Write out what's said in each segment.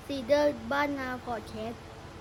ซีเดอร์บ้านนาพอดแคสต์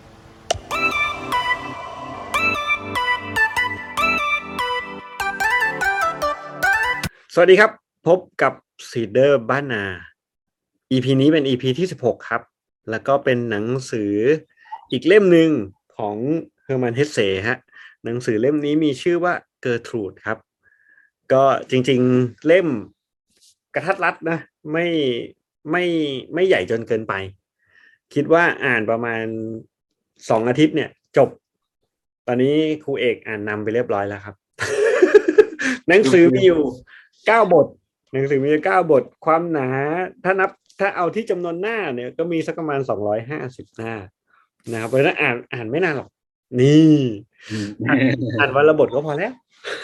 สวัสดีครับพบกับซีเดอร์บ้านนา EP นี้เป็น EP ที่16ครับแล้วก็เป็นหนังสืออีกเล่มหนึ่งของเฮอร์มันเฮสเซฮะหนังสือเล่มนี้มีชื่อว่าเกอร์ทรูดครับก็จริงๆเล่มกระทัดรัดนะไม่ไม่ใหญ่จนเกินไปคิดว่าอ่านประมาณ2 อาทิตย์เนี่ยจบตอนนี้ครูเอกอ่านนำไปเรียบร้อยแล้วครับ หนังสือมีอยู่9 บทหนังสือมี9 บทความหนาถ้าเอาที่จำนวนหน้าเนี่ยก็มีสักประมาณ250 หน้านะครับเพราะฉะนั้นอ่านไม่นานหรอกนี่อ่านวันละบทก็พอแล้ว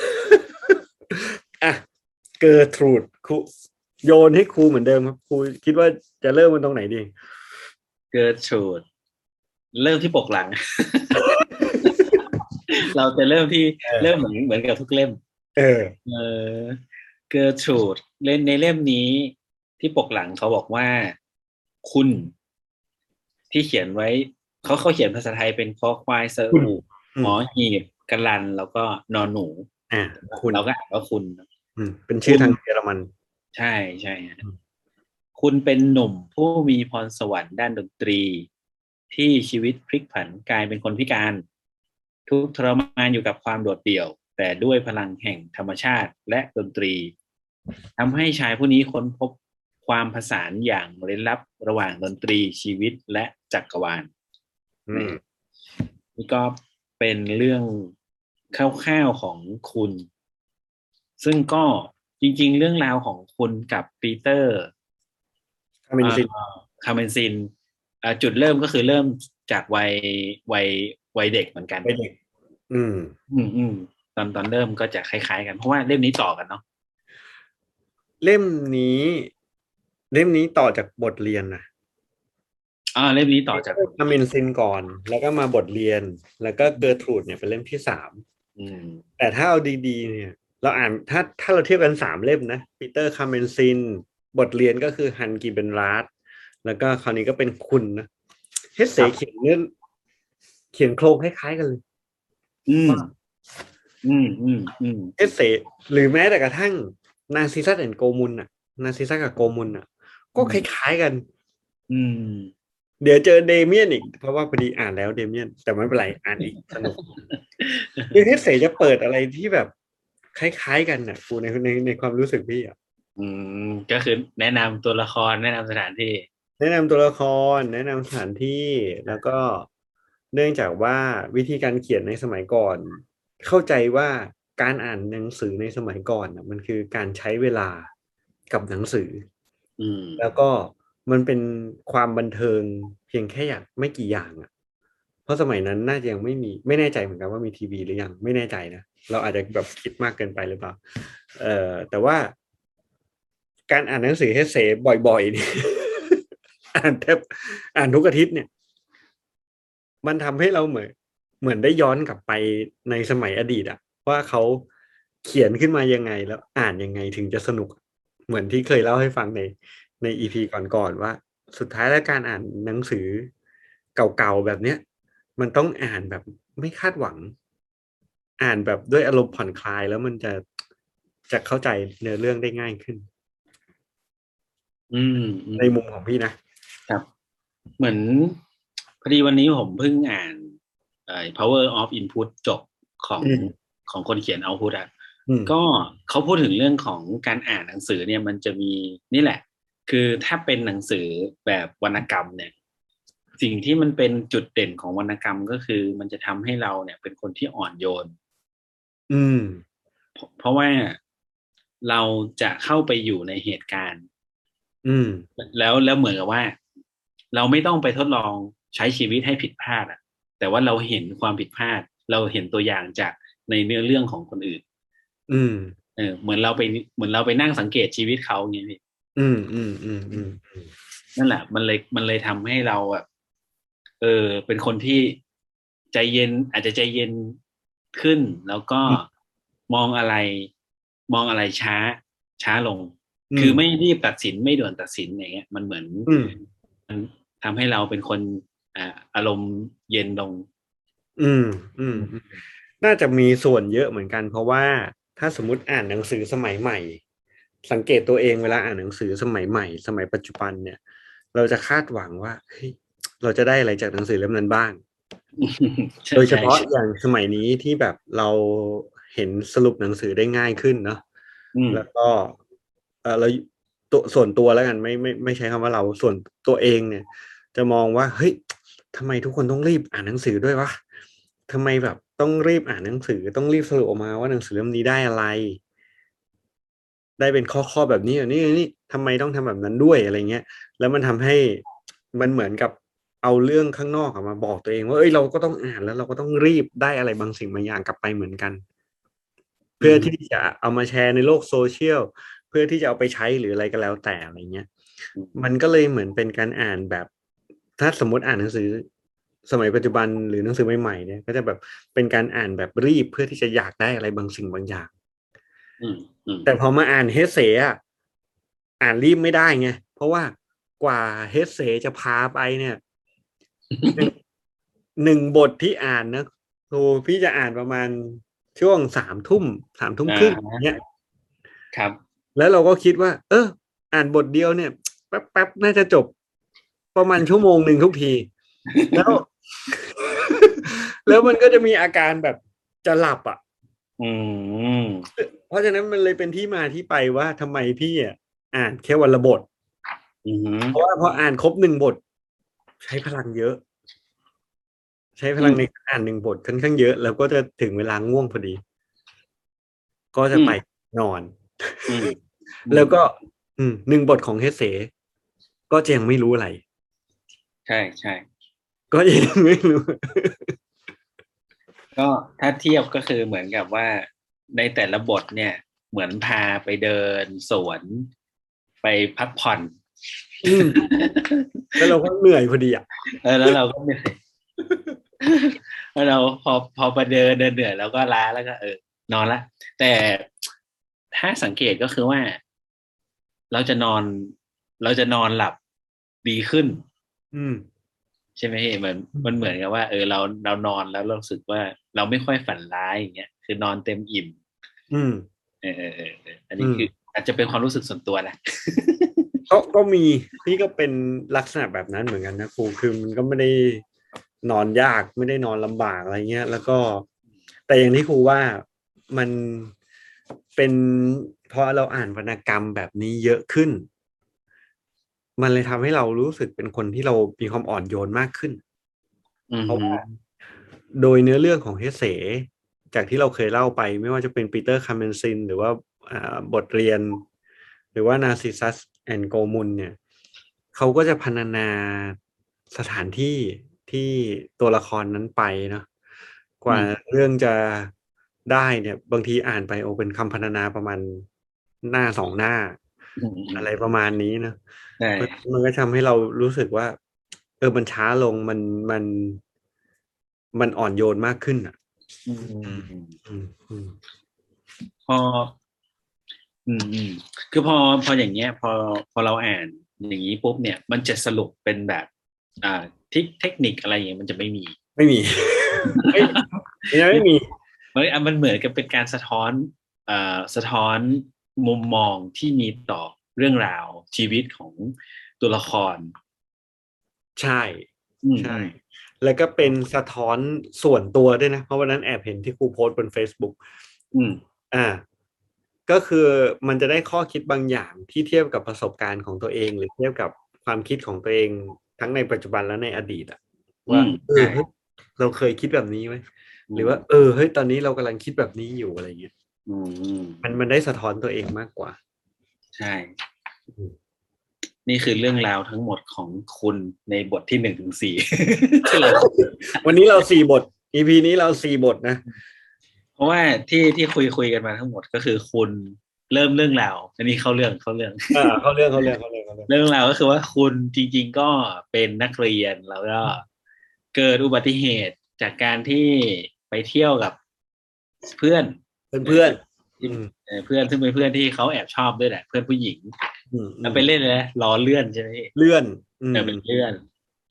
อ่ะเกอร์ทรูดครูโยนให้ครูเหมือนเดิมครับครูคิดว่าจะเริ่มมันตรงไหนดีเกิร์ทรูดเริ่มที่ปกหลัง เราจะเริ่มเหมือนกับทุกเล่มเออเกิร์ทรูดเล่นในเล่มนี้ที่ปกหลังเขาบอกว่าคุณที่เขียนไว้เขาเขียนภาษาไทยเป็นคอควายสระอูหอหีบกะลันแล้วก็นอนหนูเราก็อ่านว่าคุณเป็นชื่อทางเยอรมันใช่ใช่คุณเป็นหนุ่มผู้มีพรสวรรค์ด้านดนตรีที่ชีวิตพลิกผันกลายเป็นคนพิการทุกข์ทรมานอยู่กับความโดดเดี่ยวแต่ด้วยพลังแห่งธรรมชาติและดนตรีทำให้ชายผู้นี้ค้นพบความผสานอย่างเร้นลับระหว่างดนตรีชีวิตและจักรวาลนี่ก็เป็นเรื่องคร่าวๆของคุณซึ่งก็จริงๆเรื่องราวของคุณกับปีเตอร์คาเมนซินจุดเริ่มก็คือเริ่มจากวัยเด็กเหมือนกันวัยเด็กตอนเริ่มก็จะคล้ายๆกันเพราะว่าเล่มนี้ต่อกันเนาะเล่มนี้ต่อจากบทเรียนนะเล่มนี้ต่อจากคาเมนซินก่อนแล้วก็มาบทเรียนแล้วก็เกอร์ทรูดเนี่ยเป็นเล่มที่3แต่ถ้าเอาดีๆเนี่ยเราอ่านถ้าเราเทียบกัน3 เล่มนะปีเตอร์คาเมนซินบทเรียนก็คือฮันกิเบนราดแล้วก็คราวนี้ก็เป็นคุณนะเฮสเซเขียนโครงคล้ายๆกันเลยเฮสเซหรือแม้แต่กระทั่งนาซิซัสแอนโกมุนน่ะนาซิซัสกับโกมุนน่ะก็คล้ายๆกันเดี๋ยวเจอเดเมียนอีกเพราะว่าพอดีอ่านแล้วเดเมียนแต่ไม่เป็นไรอ่านอีกสนุกคือเฮสเซจะเปิดอะไรที่แบบคล้ายๆกันน่ะกูในความรู้สึกพี่อ่ะก็คือแนะนำตัวละครแนะนำสถานที่แนะนำตัวละครแนะนำสถานที่แล้วก็เนื่องจากว่าวิธีการเขียนในสมัยก่อนเข้าใจว่าการอ่านหนังสือในสมัยก่อนมันคือการใช้เวลากับหนังสือแล้วก็มันเป็นความบันเทิงเพียงแค่อย่างไม่กี่อย่างอ่ะเพราะสมัยนั้นน่าจะยังไม่แน่ใจเหมือนกันว่ามีทีวีหรือยังไม่แน่ใจนะเราอาจจะแบบคิดมากเกินไปหรือเปล่าแต่ว่าการอ่านหนังสือเฮเซบ่อยๆนี่อ่านทุกอาทิตย์เนี่ยมันทำให้เราเหมือนได้ย้อนกลับไปในสมัยอดีตอ่ะว่าเขาเขียนขึ้นมายังไงแล้วอ่านยังไงถึงจะสนุกเหมือนที่เคยเล่าให้ฟังในอีพีก่อนๆว่าสุดท้ายแล้วการอ่านหนังสือเก่าๆแบบเนี้ยมันต้องอ่านแบบไม่คาดหวังอ่านแบบด้วยอารมณ์ผ่อนคลายแล้วมันจะเข้าใจเนื้อเรื่องได้ง่ายขึ้นในมุมของพี่นะครับเหมือนพอดีวันนี้ผมเพิ่งอ่านPower of Input จบของคนเขียน Output อ่ะก็เขาพูดถึงเรื่องของการอ่านหนังสือเนี่ยมันจะมีนี่แหละคือถ้าเป็นหนังสือแบบวรรณกรรมเนี่ยสิ่งที่มันเป็นจุดเด่นของวรรณกรรมก็คือมันจะทำให้เราเนี่ยเป็นคนที่อ่อนโยนเพราะว่าเราจะเข้าไปอยู่ในเหตุการณ์แล้วเหมือนกับว่าเราไม่ต้องไปทดลองใช้ชีวิตให้ผิดพลาดอ่ะแต่ว่าเราเห็นความผิดพลาดเราเห็นตัวอย่างจากในเนื้อเรื่องของคนอื่นเหมือนเราไปนั่งสังเกตชีวิตเขาอย่างนี้พี่นั่นแหละมันเลยทำให้เราแบบเป็นคนที่ใจเย็นอาจจะใจเย็นขึ้นแล้วก็มองอะไรช้าลงคือไม่รีบตัดสินไม่ด่วนตัดสินอย่างเงี้ยมันเหมือนทำให้เราเป็นคนอารมณ์เย็นลงอืมอืมน่าจะมีส่วนเยอะเหมือนกัน เพราะว่าถ้าสมมติอ่านหนังสือสมัยใหม่สังเกตตัวเองเวลาอ่านหนังสือสมัยใหม่สมัยปัจจุบันเนี่ยเราจะคาดหวังว่าเฮ้ยเราจะได้อะไรจากหนังสือเล่มนั้นบ้างโดยเฉพาะอย่างสมัยนี้ที่แบบเราเห็นสรุปหนังสือได้ง่ายขึ้นเนาะแล้วก็เราตัวส่วนตัวแล้วกันไม่ใช้คำว่าเราส่วนตัวเองเนี่ยจะมองว่าเฮ้ยทำไมทุกคนต้องรีบอ่านหนังสือด้วยวะทำไมแบบต้องรีบอ่านหนังสือต้องรีบสรุปออกมาว่าหนังสือเล่มนี้ได้อะไรได้เป็นข้อแบบนี้อย่างนี้ทำไมต้องทำแบบนั้นด้วยอะไรเงี้ยแล้วมันทำให้มันเหมือนกับเอาเรื่องข้างนอกมาบอกตัวเองว่าเอ้ยเราก็ต้องอ่านแล้วเราก็ต้องรีบได้อะไรบางสิ่งบางอย่างกลับไปเหมือนกันเพื่อที่จะเอามาแชร์ในโลกโซเชียลเพื่อที่จะเอาไปใช้หรืออะไรก็แล้วแต่อะไรเงี้ยมันก็เลยเหมือนเป็นการอ่านแบบถ้าสมมติอ่านหนังสือสมัยปัจจุบันหรือหนังสือใหม่ๆเนี่ยก็จะแบบเป็นการอ่านแบบรีบเพื่อที่จะอยากได้อะไรบางสิ่งบางอย่างแต่พอมาอ่านเฮเซอ่ะอ่านรีบไม่ได้ไงเพราะว่ากว่าเฮเซจะพาไปเนี่ยหนึ่งบทที่อ่านนะโหพี่จะอ่านประมาณช่วง3 ทุ่มครึ่งเนี่ยครับแล้วเราก็คิดว่าอ่านบทเดียวเนี่ยแป๊บน่าจะจบประมาณชั่วโมงหนึ่งทุกทีแล้วแล้วมันก็จะมีอาการแบบจะหลับอ่ะเพราะฉะนั้นมันเลยเป็นที่มาที่ไปว่าทำไมพี่อ่านแค่วันละบทเพราะว่าพออ่านครบ1 บทใช้พลังเยอะใช้พลังในการอ่าน1 บทค่อนข้างเยอะแล้วก็จะถึงเวลาง่วงพอดีก็จะไปนอนแล้วก็1 บทของเฮเซก็ยังไม่รู้อะไรใช่ใช่ก็ยังไม่รู้ก็ถ้าเทียบก็คือเหมือนกับว่าในแต่ละบทเนี่ยเหมือนพาไปเดินสวนไปพักผ่อนแล้วเราก็เหนื่อยพอดีอ่ะแล้วเราก็เหนื่อยแล้วเราพอไปเดินเหนื่อยแล้วก็ล้าแล้วก็นอนละแต่ถ้าสังเกตก็คือว่าเราจะนอนหลับดีขึ้นใช่ไหมพี่มันเหมือนกับว่าเรานอนแล้วเรารู้สึกว่าเราไม่ค่อยฝันร้ายอย่างเงี้ยคือนอนเต็มอิ่มอันนี้คืออาจจะเป็นความรู้สึกส่วนตัวนะก็มีพี่ก็เป็นลักษณะแบบนั้นเหมือนกันนะครูคือมันก็ไม่ได้นอนยากไม่ได้นอนลำบากอะไรเงี้ยแล้วก็แต่อย่างที่ครูว่ามันเป็นเพราะเราอ่านวรรณกรรมแบบนี้เยอะขึ้นมันเลยทำให้เรารู้สึกเป็นคนที่เรามีความอ่อนโยนมากขึ้นเพราะว่าโดยเนื้อเรื่องของเฮเสจากที่เราเคยเล่าไปไม่ว่าจะเป็นปีเตอร์คาเมนซินหรือว่าบทเรียนหรือว่านาร์ซิสซัสแอนโกมุนเนี่ยเขาก็จะพรรณนาสถานที่ที่ตัวละครนั้นไปเนาะกว่าเรื่องจะได้เนี่ยบางทีอ่านไปเป็นคำพรรณนาประมาณหน้า2 หน้าอะไรประมาณนี้นะมันก็ทำให้เรารู้สึกว่ามันช้าลงมันอ่อนโยนมากขึ้นอ่ะพอคือพออย่างเงี้ยพอเราอ่านอย่างนี้ปุ๊บเนี่ยมันจะสรุปเป็นแบบเทคนิคอะไรอย่างเงี้ยมันจะไม่มีไม่มีมันเหมือนกับเป็นการสะท้อนมุมมองที่มีต่อเรื่องราวชีวิตของตัวละครใช่แล้วก็เป็นสะท้อนส่วนตัวด้วยนะเพราะวันนั้นแอบเห็นที่ครูโพสต์บน Facebook ก็คือมันจะได้ข้อคิดบางอย่างที่เทียบกับประสบการณ์ของตัวเองหรือเทียบกับความคิดของตัวเองทั้งในปัจจุบันและในอดีตอะว่าเราเคยคิดแบบนี้ไหมหรือว่าเฮ้ยตอนนี้เรากำลังคิดแบบนี้อยู่อะไรเงี้ยมันได้สะท้อนตัวเองมากกว่าใช่นี่คือเรื่องราวทั้งหมดของคุณในบทที่1-4 วันนี้เรา4 บท EP นี้เรา4 บทนะเพราะว่าที่คุยกันมาทั้งหมดก็คือคุณเริ่มเรื่องราวอันนี้เข้าเรื่องเข้าเรื่องราวก็คือว่าคุณจริงๆก็เป็นนักเรียนแล้วก็เกิดอุบัติเหตุจากการที่ไปเที่ยวกับเพื่อนซึ่งเป็นเพื่อนที่เขาแอบชอบด้วยแหละเพื่อนผู้หญิงแล้วไปเล่นเลยล้อเลื่อนใช่ไหมเลื่อนเป็นเลื่อน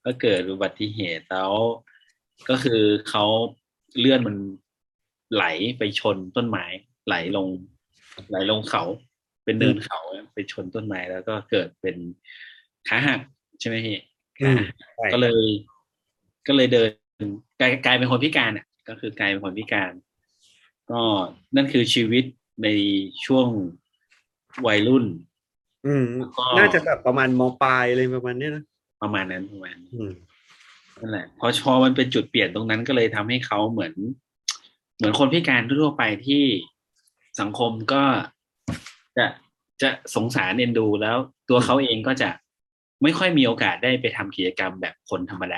ก็เกิดอุบัติเหตุแล้วก็คือเขาเลื่อนมันไหลไปชนต้นไม้ไหลลงเขาเป็นเนินเขาไปชนต้นไม้แล้วก็เกิดเป็นขาหักใช่ไหมพี่ขาหักก็เลยเดินกลายเป็นคนพิการอ่ะก็คือกลายเป็นคนพิการ ก็นั่นคือชีวิตในช่วงวัยรุ่นก็น่าจะแบบประมาณม.ปลายเลยประมาณนี้นะประมาณนั้นนั่นแหละพอมันเป็นจุดเปลี่ยนตรงนั้นก็เลยทำให้เขาเหมือนคนพิการทั่วไปที่สังคมก็จะจะสงสารเอ็นดูแล้วตัวเขาเองก็จะไม่ค่อยมีโอกาสได้ไปทำกิจกรรมแบบคนธรรมดา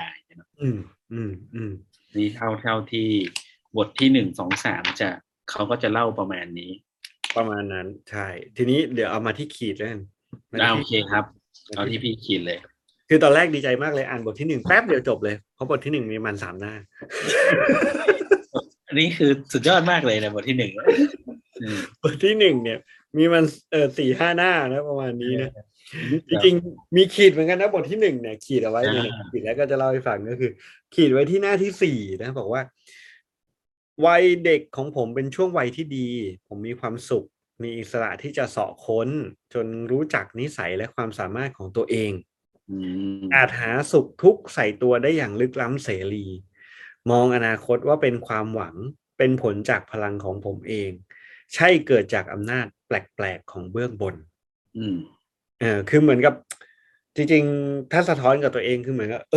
นี่เท่าที่บทที่1 2 3เขาก็จะเล่าประมาณนี้ประมาณนั้นใช่ทีนี้เดี๋ยวเอามาที่ขีดแล้วกันโอเคครับเอาที่พี่ขีดเลยคือตอนแรกดีใจมากเลยอ่านบทที่1แป๊บเดียวจบเลยเพราะบทที่1มีมัน3 หน้าอันนี้คือสุดยอดมากเลยนะบทที่ 1บทที่1เนี่ยมีมัน4-5 หน้านะประมาณนี้นะจริงๆมีขีดเหมือนกันนะบทที่1เนี่ยขีดเอาไว้เนี่ยขีดแล้วก็จะเล่าให้ฟังก็คือขีดไว้ที่หน้าที่4นะบอกว่าวัยเด็กของผมเป็นช่วงวัยที่ดีผมมีความสุขมีอิสระที่จะเสาะค้นจนรู้จักนิสัยและความสามารถของตัวเองอาจหาสุขทุกข์ใส่ตัวได้อย่างลึกล้ำเสรีมองอนาคตว่าเป็นความหวังเป็นผลจากพลังของผมเองใช่เกิดจากอำนาจแปลกๆของเบื้องบนคือเหมือนกับจริงๆถ้าสะท้อนกับตัวเองคือเหมือนกับ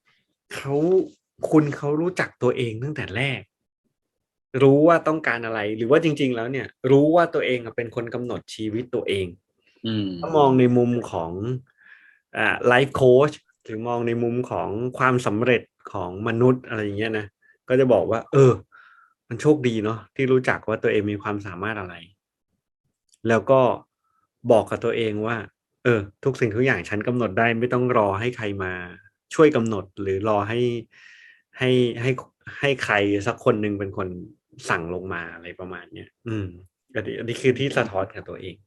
เขารู้จักตัวเองตั้งแต่แรกรู้ว่าต้องการอะไรหรือว่าจริงๆแล้วเนี่ยรู้ว่าตัวเองเป็นคนกำหนดชีวิตตัวเองถ้ามองในมุมของไลฟ์โค้ชหรือมองในมุมของความสำเร็จของมนุษย์อะไรอย่างเงี้ยนะก็จะบอกว่ามันโชคดีเนาะที่รู้จักว่าตัวเองมีความสามารถอะไรแล้วก็บอกกับตัวเองว่าทุกสิ่งทุกอย่างฉันกำหนดได้ไม่ต้องรอให้ใครมาช่วยกำหนดหรือรอให้ให้ใครสักคนหนึ่งเป็นคนสั่งลงมาอะไรประมาณเนี้ยอันนี้คือที่สะท้อนกับตัวเอง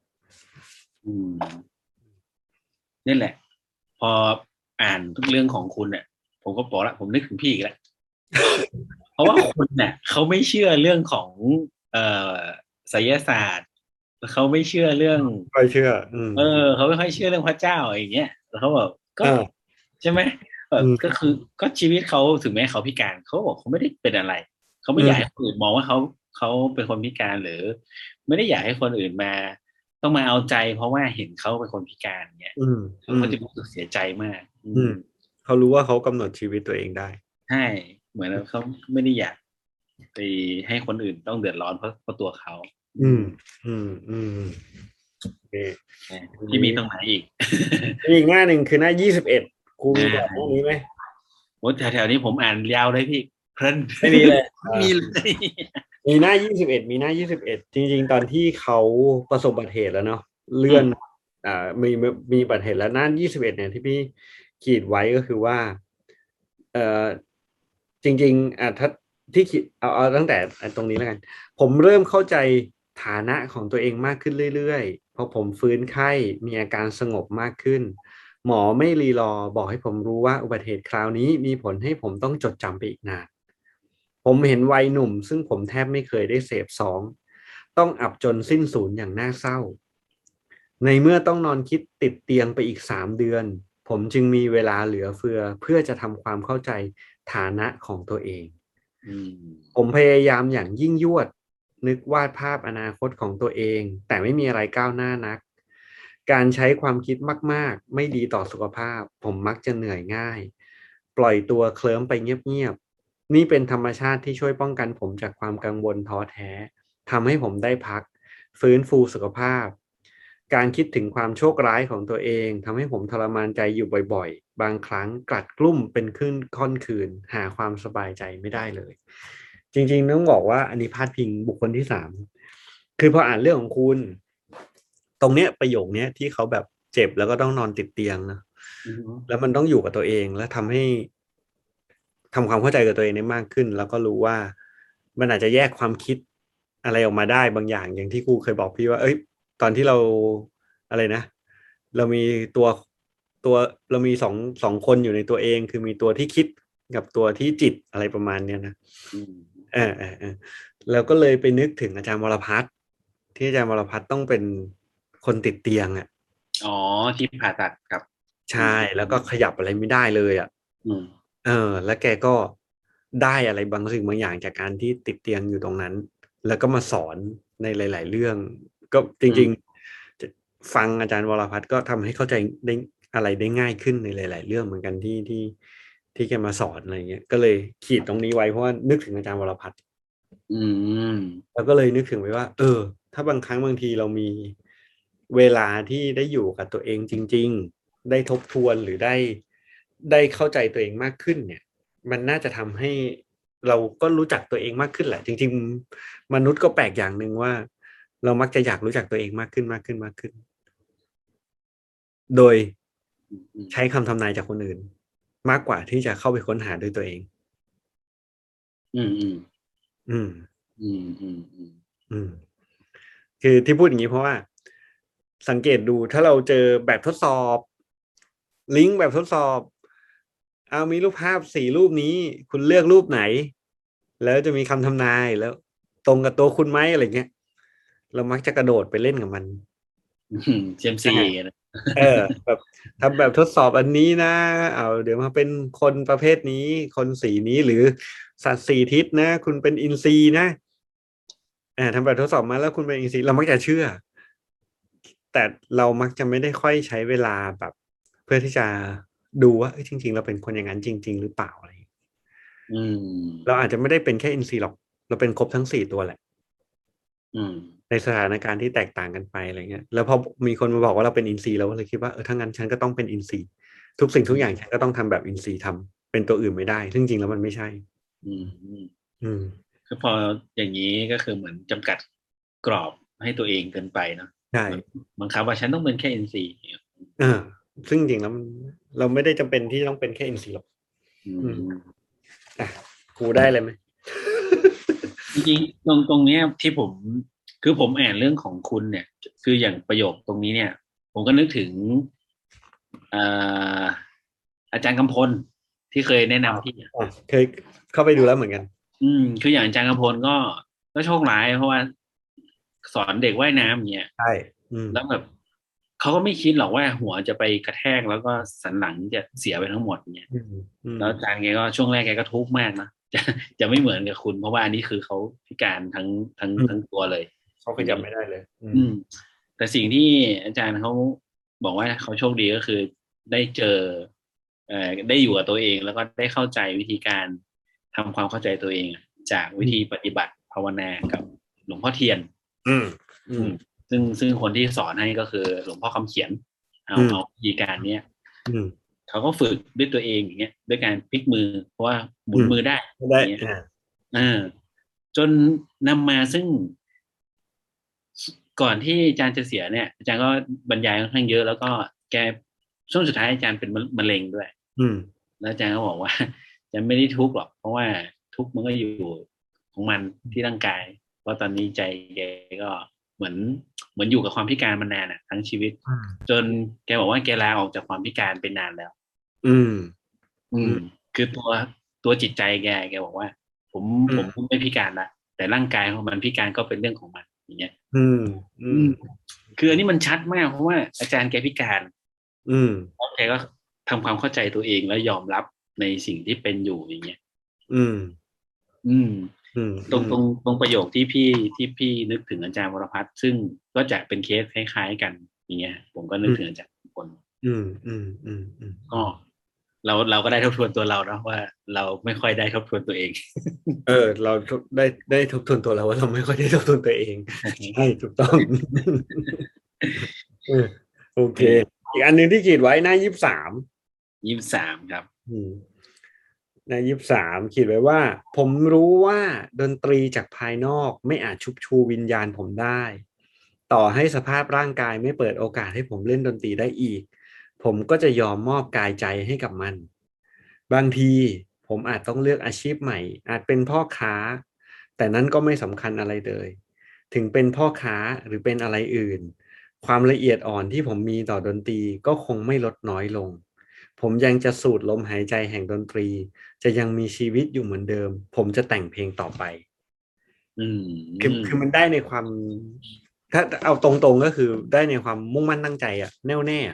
นี่แหละพออ่านทุกเรื่องของคุณเนี่ยผมก็บอกละผมนึกถึงพี่อีกแล้ว เพราะว่าคุณเนี่ยเขาไม่เชื่อเรื่องของไสยศาสตร์เขาไม่เชื่อเรื่องไม่เชื่อเขาไม่ค่อยเชื่อเรื่องพระเจ้าอย่างเงี้ยแล้วเขาบอกก็ใช่ไหมก็คือก็ชีวิตเขาถึงแม้เขาพิการเขาบอกเขาไม่ได้เป็นอะไรเขาไม่อยากให้คนอื่นมองว่าเขาเป็นคนพิการหรือไม่ได้อยากให้คนอื่นมาต้องมาเอาใจเพราะว่าเห็นเขาเป็นคนพิการเงี้ยเขาจะรู้สึกเสียใจมากเขารู้ว่าเขากำหนดชีวิตตัวเองได้ใช่เหมือนเขาไม่ได้อยากไปให้คนอื่นต้องเดือดร้อนเพราะตัวเขาที่มีตรงไหนอีกอีกหน้าหนึ่งคือหน้า21ครูมีแบบนี้ไหมโอ้แถวๆนี้ผมอ่านยาวเลยพี่เพลินไม่มีเลยมีเลยมีหน้า21มีหน้า21จริงๆตอนที่เขาประสบอุบัติเหตุแล้วเนาะเลื่อนมีอุบัติเหตุแล้วหน้า21เนี่ยที่พี่ขีดไว้ก็คือว่าจริงๆถ้าที่ขีดเอาตั้งแต่ตรงนี้แล้วกันผมเริ่มเข้าใจฐานะของตัวเองมากขึ้นเรื่อยๆพอผมฟื้นไข้มีอาการสงบมากขึ้นหมอไม่รีรอบอกให้ผมรู้ว่าอุบัติเหตุคราวนี้มีผลให้ผมต้องจดจำไปอีกนานผมเห็นวัยหนุ่มซึ่งผมแทบไม่เคยได้เสพสองต้องอับจนสิ้นสูญอย่างน่าเศร้าในเมื่อต้องนอนคิดติดเตียงไปอีก3 เดือนผมจึงมีเวลาเหลือเฟือเพื่อจะทำความเข้าใจฐานะของตัวเองผมพยายามอย่างยิ่งยวดนึกวาดภาพอนาคตของตัวเองแต่ไม่มีอะไรก้าวหน้านักการใช้ความคิดมากๆไม่ดีต่อสุขภาพผมมักจะเหนื่อยง่ายปล่อยตัวเคลิ้มไปเงียบๆนี่เป็นธรรมชาติที่ช่วยป้องกันผมจากความกังวลท้อแท้ทำให้ผมได้พักฟื้นฟูสุขภาพการคิดถึงความโชคร้ายของตัวเองทำให้ผมทรมานใจอยู่บ่อยๆบางครั้งกลัดกลุ้มเป็นค่อนคืนหาความสบายใจไม่ได้เลยจริงๆต้องบอกว่าอันนี้พาดพิงบุคคลที่3คือพออ่านเรื่องของคุณตรงเนี้ยประโยคเนี้ยที่เขาแบบเจ็บแล้วก็ต้องนอนติดเตียงนะแล้วมันต้องอยู่กับตัวเองแล้วทำให้ทำความเข้าใจกับตัวเองได้มากขึ้นแล้วก็รู้ว่ามันอาจจะแยกความคิดอะไรออกมาได้บางอย่างที่ครูเคยบอกพี่ว่าตอนที่เราอะไรนะเรามีตัวตัวเรามีสองคนอยู่ในตัวเองคือมีตัวที่คิดกับตัวที่จิตอะไรประมาณเนี้ยนะแล้วก็เลยไปนึกถึงอาจารย์วรพัฒน์ที่อาจารย์วรพัฒน์ต้องเป็นคนติดเตียงอ่ะอ๋อที่ผ่าตัดครับใช่แล้วก็ขยับอะไรไม่ได้เลยอ่ะแล้วแกก็ได้อะไรบางสิ่งบางอย่างจากการที่ติดเตียงอยู่ตรงนั้นแล้วก็มาสอนในหลายๆเรื่องก็จริงๆฟังอาจารย์วรพัฒน์ก็ทำให้เข้าใจได้อะไรได้ง่ายขึ้นในหลายๆเรื่องเหมือนกันที่แกมาสอนอะไรเงี้ยก็เลยขีดตรงนี้ไว้เพราะว่านึกถึงอาจารย์วรพัฒน์แล้วก็เลยนึกถึงไว้ว่าถ้าบางครั้งบางทีเรามีเวลาที่ได้อยู่กับตัวเองจริงๆได้ทบทวนหรือได้เข้าใจตัวเองมากขึ้นเนี่ยมันน่าจะทำให้เราก็รู้จักตัวเองมากขึ้นแหละจริงๆมนุษย์ก็แปลกอย่างหนึ่งว่าเรามักจะอยากรู้จักตัวเองมากขึ้นโดยใช้คำทำนายจากคนอื่นมากกว่าที่จะเข้าไปค้นหาด้วยตัวเองคือที่พูดอย่างนี้เพราะว่าสังเกตดูถ้าเราเจอแบบทดสอบลิงก์แบบทดสอบเอามีรูปภาพ4รูปนี้คุณเลือกรูปไหนแล้วจะมีคำทำนายแล้วตรงกับตัวคุณไหมอะไรเงี้ยเรามักจะกระโดดไปเล่นกับมันเจมซีแบบทำแบบทดสอบอันนี้นะเอาเดี๋ยวมาเป็นคนประเภทนี้คนสีนี้หรือสัตว์4 ทิศนะคุณเป็นอินทรีนะทำแบบทดสอบมาแล้วคุณเป็นอินทรีเรามักจะเชื่อแต่เรามักจะไม่ได้ค่อยใช้เวลาแบบเพื่อที่จะดูว่าจริงๆเราเป็นคนอย่างนั้นจริงๆหรือเปล่าอะไรเราอาจจะไม่ได้เป็นแค่อินทรีย์หรอกเราเป็นครบทั้ง4 ตัวแหละในสถานการณ์ที่แตกต่างกันไปอะไรเงี้ยแล้วพอมีคนมาบอกว่าเราเป็นอินทรีย์เราก็เลยคิดว่าถ้างั้นฉันก็ต้องเป็นอินทรีย์ทุกสิ่งทุกอย่างฉันก็ต้องทำแบบอินทรีย์ทำเป็นตัวอื่นไม่ได้ซึ่งจริงแล้วมันไม่ใช่คือพออย่างนี้ก็คือเหมือนจำกัดกรอบให้ตัวเองเกินไปเนาะใช่บังคับว่าฉันต้องเป็นแค่อินทรีย์ซึ่งจริงแล้วเราไม่ได้จำเป็นที่ต้องเป็นแค่อินทรีย์หรอกครูได้เลยไหมจริงๆตรงเนี้ยที่ผมอ่านเรื่องของคุณเนี่ยคืออย่างประโยคตรงนี้เนี่ยผมก็นึกถึงอาจารย์กำพลที่เคยแนะนำพี่เคยเข้าไปดูแล้วเหมือนกันคืออย่างอาจารย์กำพลก็โชคร้ายเพราะว่าสอนเด็กว่ายน้ำอย่างเงี้ยใช่แล้วแบบเขาก็ไม่คิดหรอกว่าหัวจะไปกระแทกแล้วก็สันหลังจะเสียไปทั้งหมดเนี่ยแล้วอาจารย์แกก็ช่วงแรกแกก็ทุกข์มากนะจะไม่เหมือนกับคุณเพราะว่าอันนี้คือเขาพิการทั้งตัวเลยเขาขยับไม่ได้เลยแต่สิ่งที่อาจารย์เขาบอกว่าเขาโชคดีก็คือได้เจอได้อยู่กับตัวเองแล้วก็ได้เข้าใจวิธีการทำความเข้าใจตัวเองจากวิธีปฏิบัติภาวนากับหลวงพ่อเทียนซึ่งคนที่สอนให้ก็คือหลวงพ่อคำเขียนเอาวิธีการเนี้ยเขาก็ฝึกด้วยตัวเองอย่างเงี้ยด้วยการพลิกมือเพราะว่าหมุนมือได้อย่างเงี้ยจนนำมาซึ่งก่อนที่อาจารย์จะเสียเนี่ยอาจารย์ก็บรรยายค่อนข้างเยอะแล้วก็แกช่วงสุดท้ายอาจารย์เป็นมะเร็งด้วยแล้วอาจารย์ก็บอกว่าอาจารย์ไม่ได้ทุกข์หรอกเพราะว่าทุกข์มันก็อยู่ของมันที่ร่างกายเพราะตอนนี้ใจแกก็เหมือนอยู่กับความพิการมานานอ่ะทั้งชีวิตจนแกบอกว่าแกลาออกจากความพิการเป็นนานแล้วคือตัวจิตใจแกบอกว่าผมไม่พิการละแต่ร่างกายของมันพิการก็เป็นเรื่องของมันอย่างเงี้ยคืออันนี้มันชัดมากเพราะว่าอาจารย์แกพิการแล้วแกก็ทำความเข้าใจตัวเองแล้วยอมรับในสิ่งที่เป็นอยู่อย่างเงี้ยตรงประโยคที่พี่นึกถึงอาจารย์วรพัฒน์ซึ่งก็จะเป็นเคสคล้ายๆกันอย่างเงี้ยผมก็นึกถึงอาจารย์คนก็เราก็ได้ทบทวนตัวเราเนาะว่าเราไม่ค่อยได้ทบทวนตัวเองเราได้ทบทวนตัวเราว่าเราไม่ค่อยได้ทบทวนตัวเองใช่ถูกต้องโอเคอีกอันหนึ่งที่ขีดไว้หน้า23 ครับใน23ขีดไว้ว่าผมรู้ว่าดนตรีจากภายนอกไม่อาจชุบชูวิญญาณผมได้ต่อให้สภาพร่างกายไม่เปิดโอกาสให้ผมเล่นดนตรีได้อีกผมก็จะยอมมอบกายใจให้กับมันบางทีผมอาจต้องเลือกอาชีพใหม่อาจเป็นพ่อค้าแต่นั้นก็ไม่สำคัญอะไรเลยถึงเป็นพ่อค้าหรือเป็นอะไรอื่นความละเอียดอ่อนที่ผมมีต่อดนตรีก็คงไม่ลดน้อยลงผมยังจะสูดลมหายใจแห่งดนตรีจะยังมีชีวิตอยู่เหมือนเดิมผมจะแต่งเพลงต่อไปคือมันได้ในความถ้าเอาตรงๆก็คือได้ในความมุ่งมั่นตั้งใจอ่ะแน่วแน่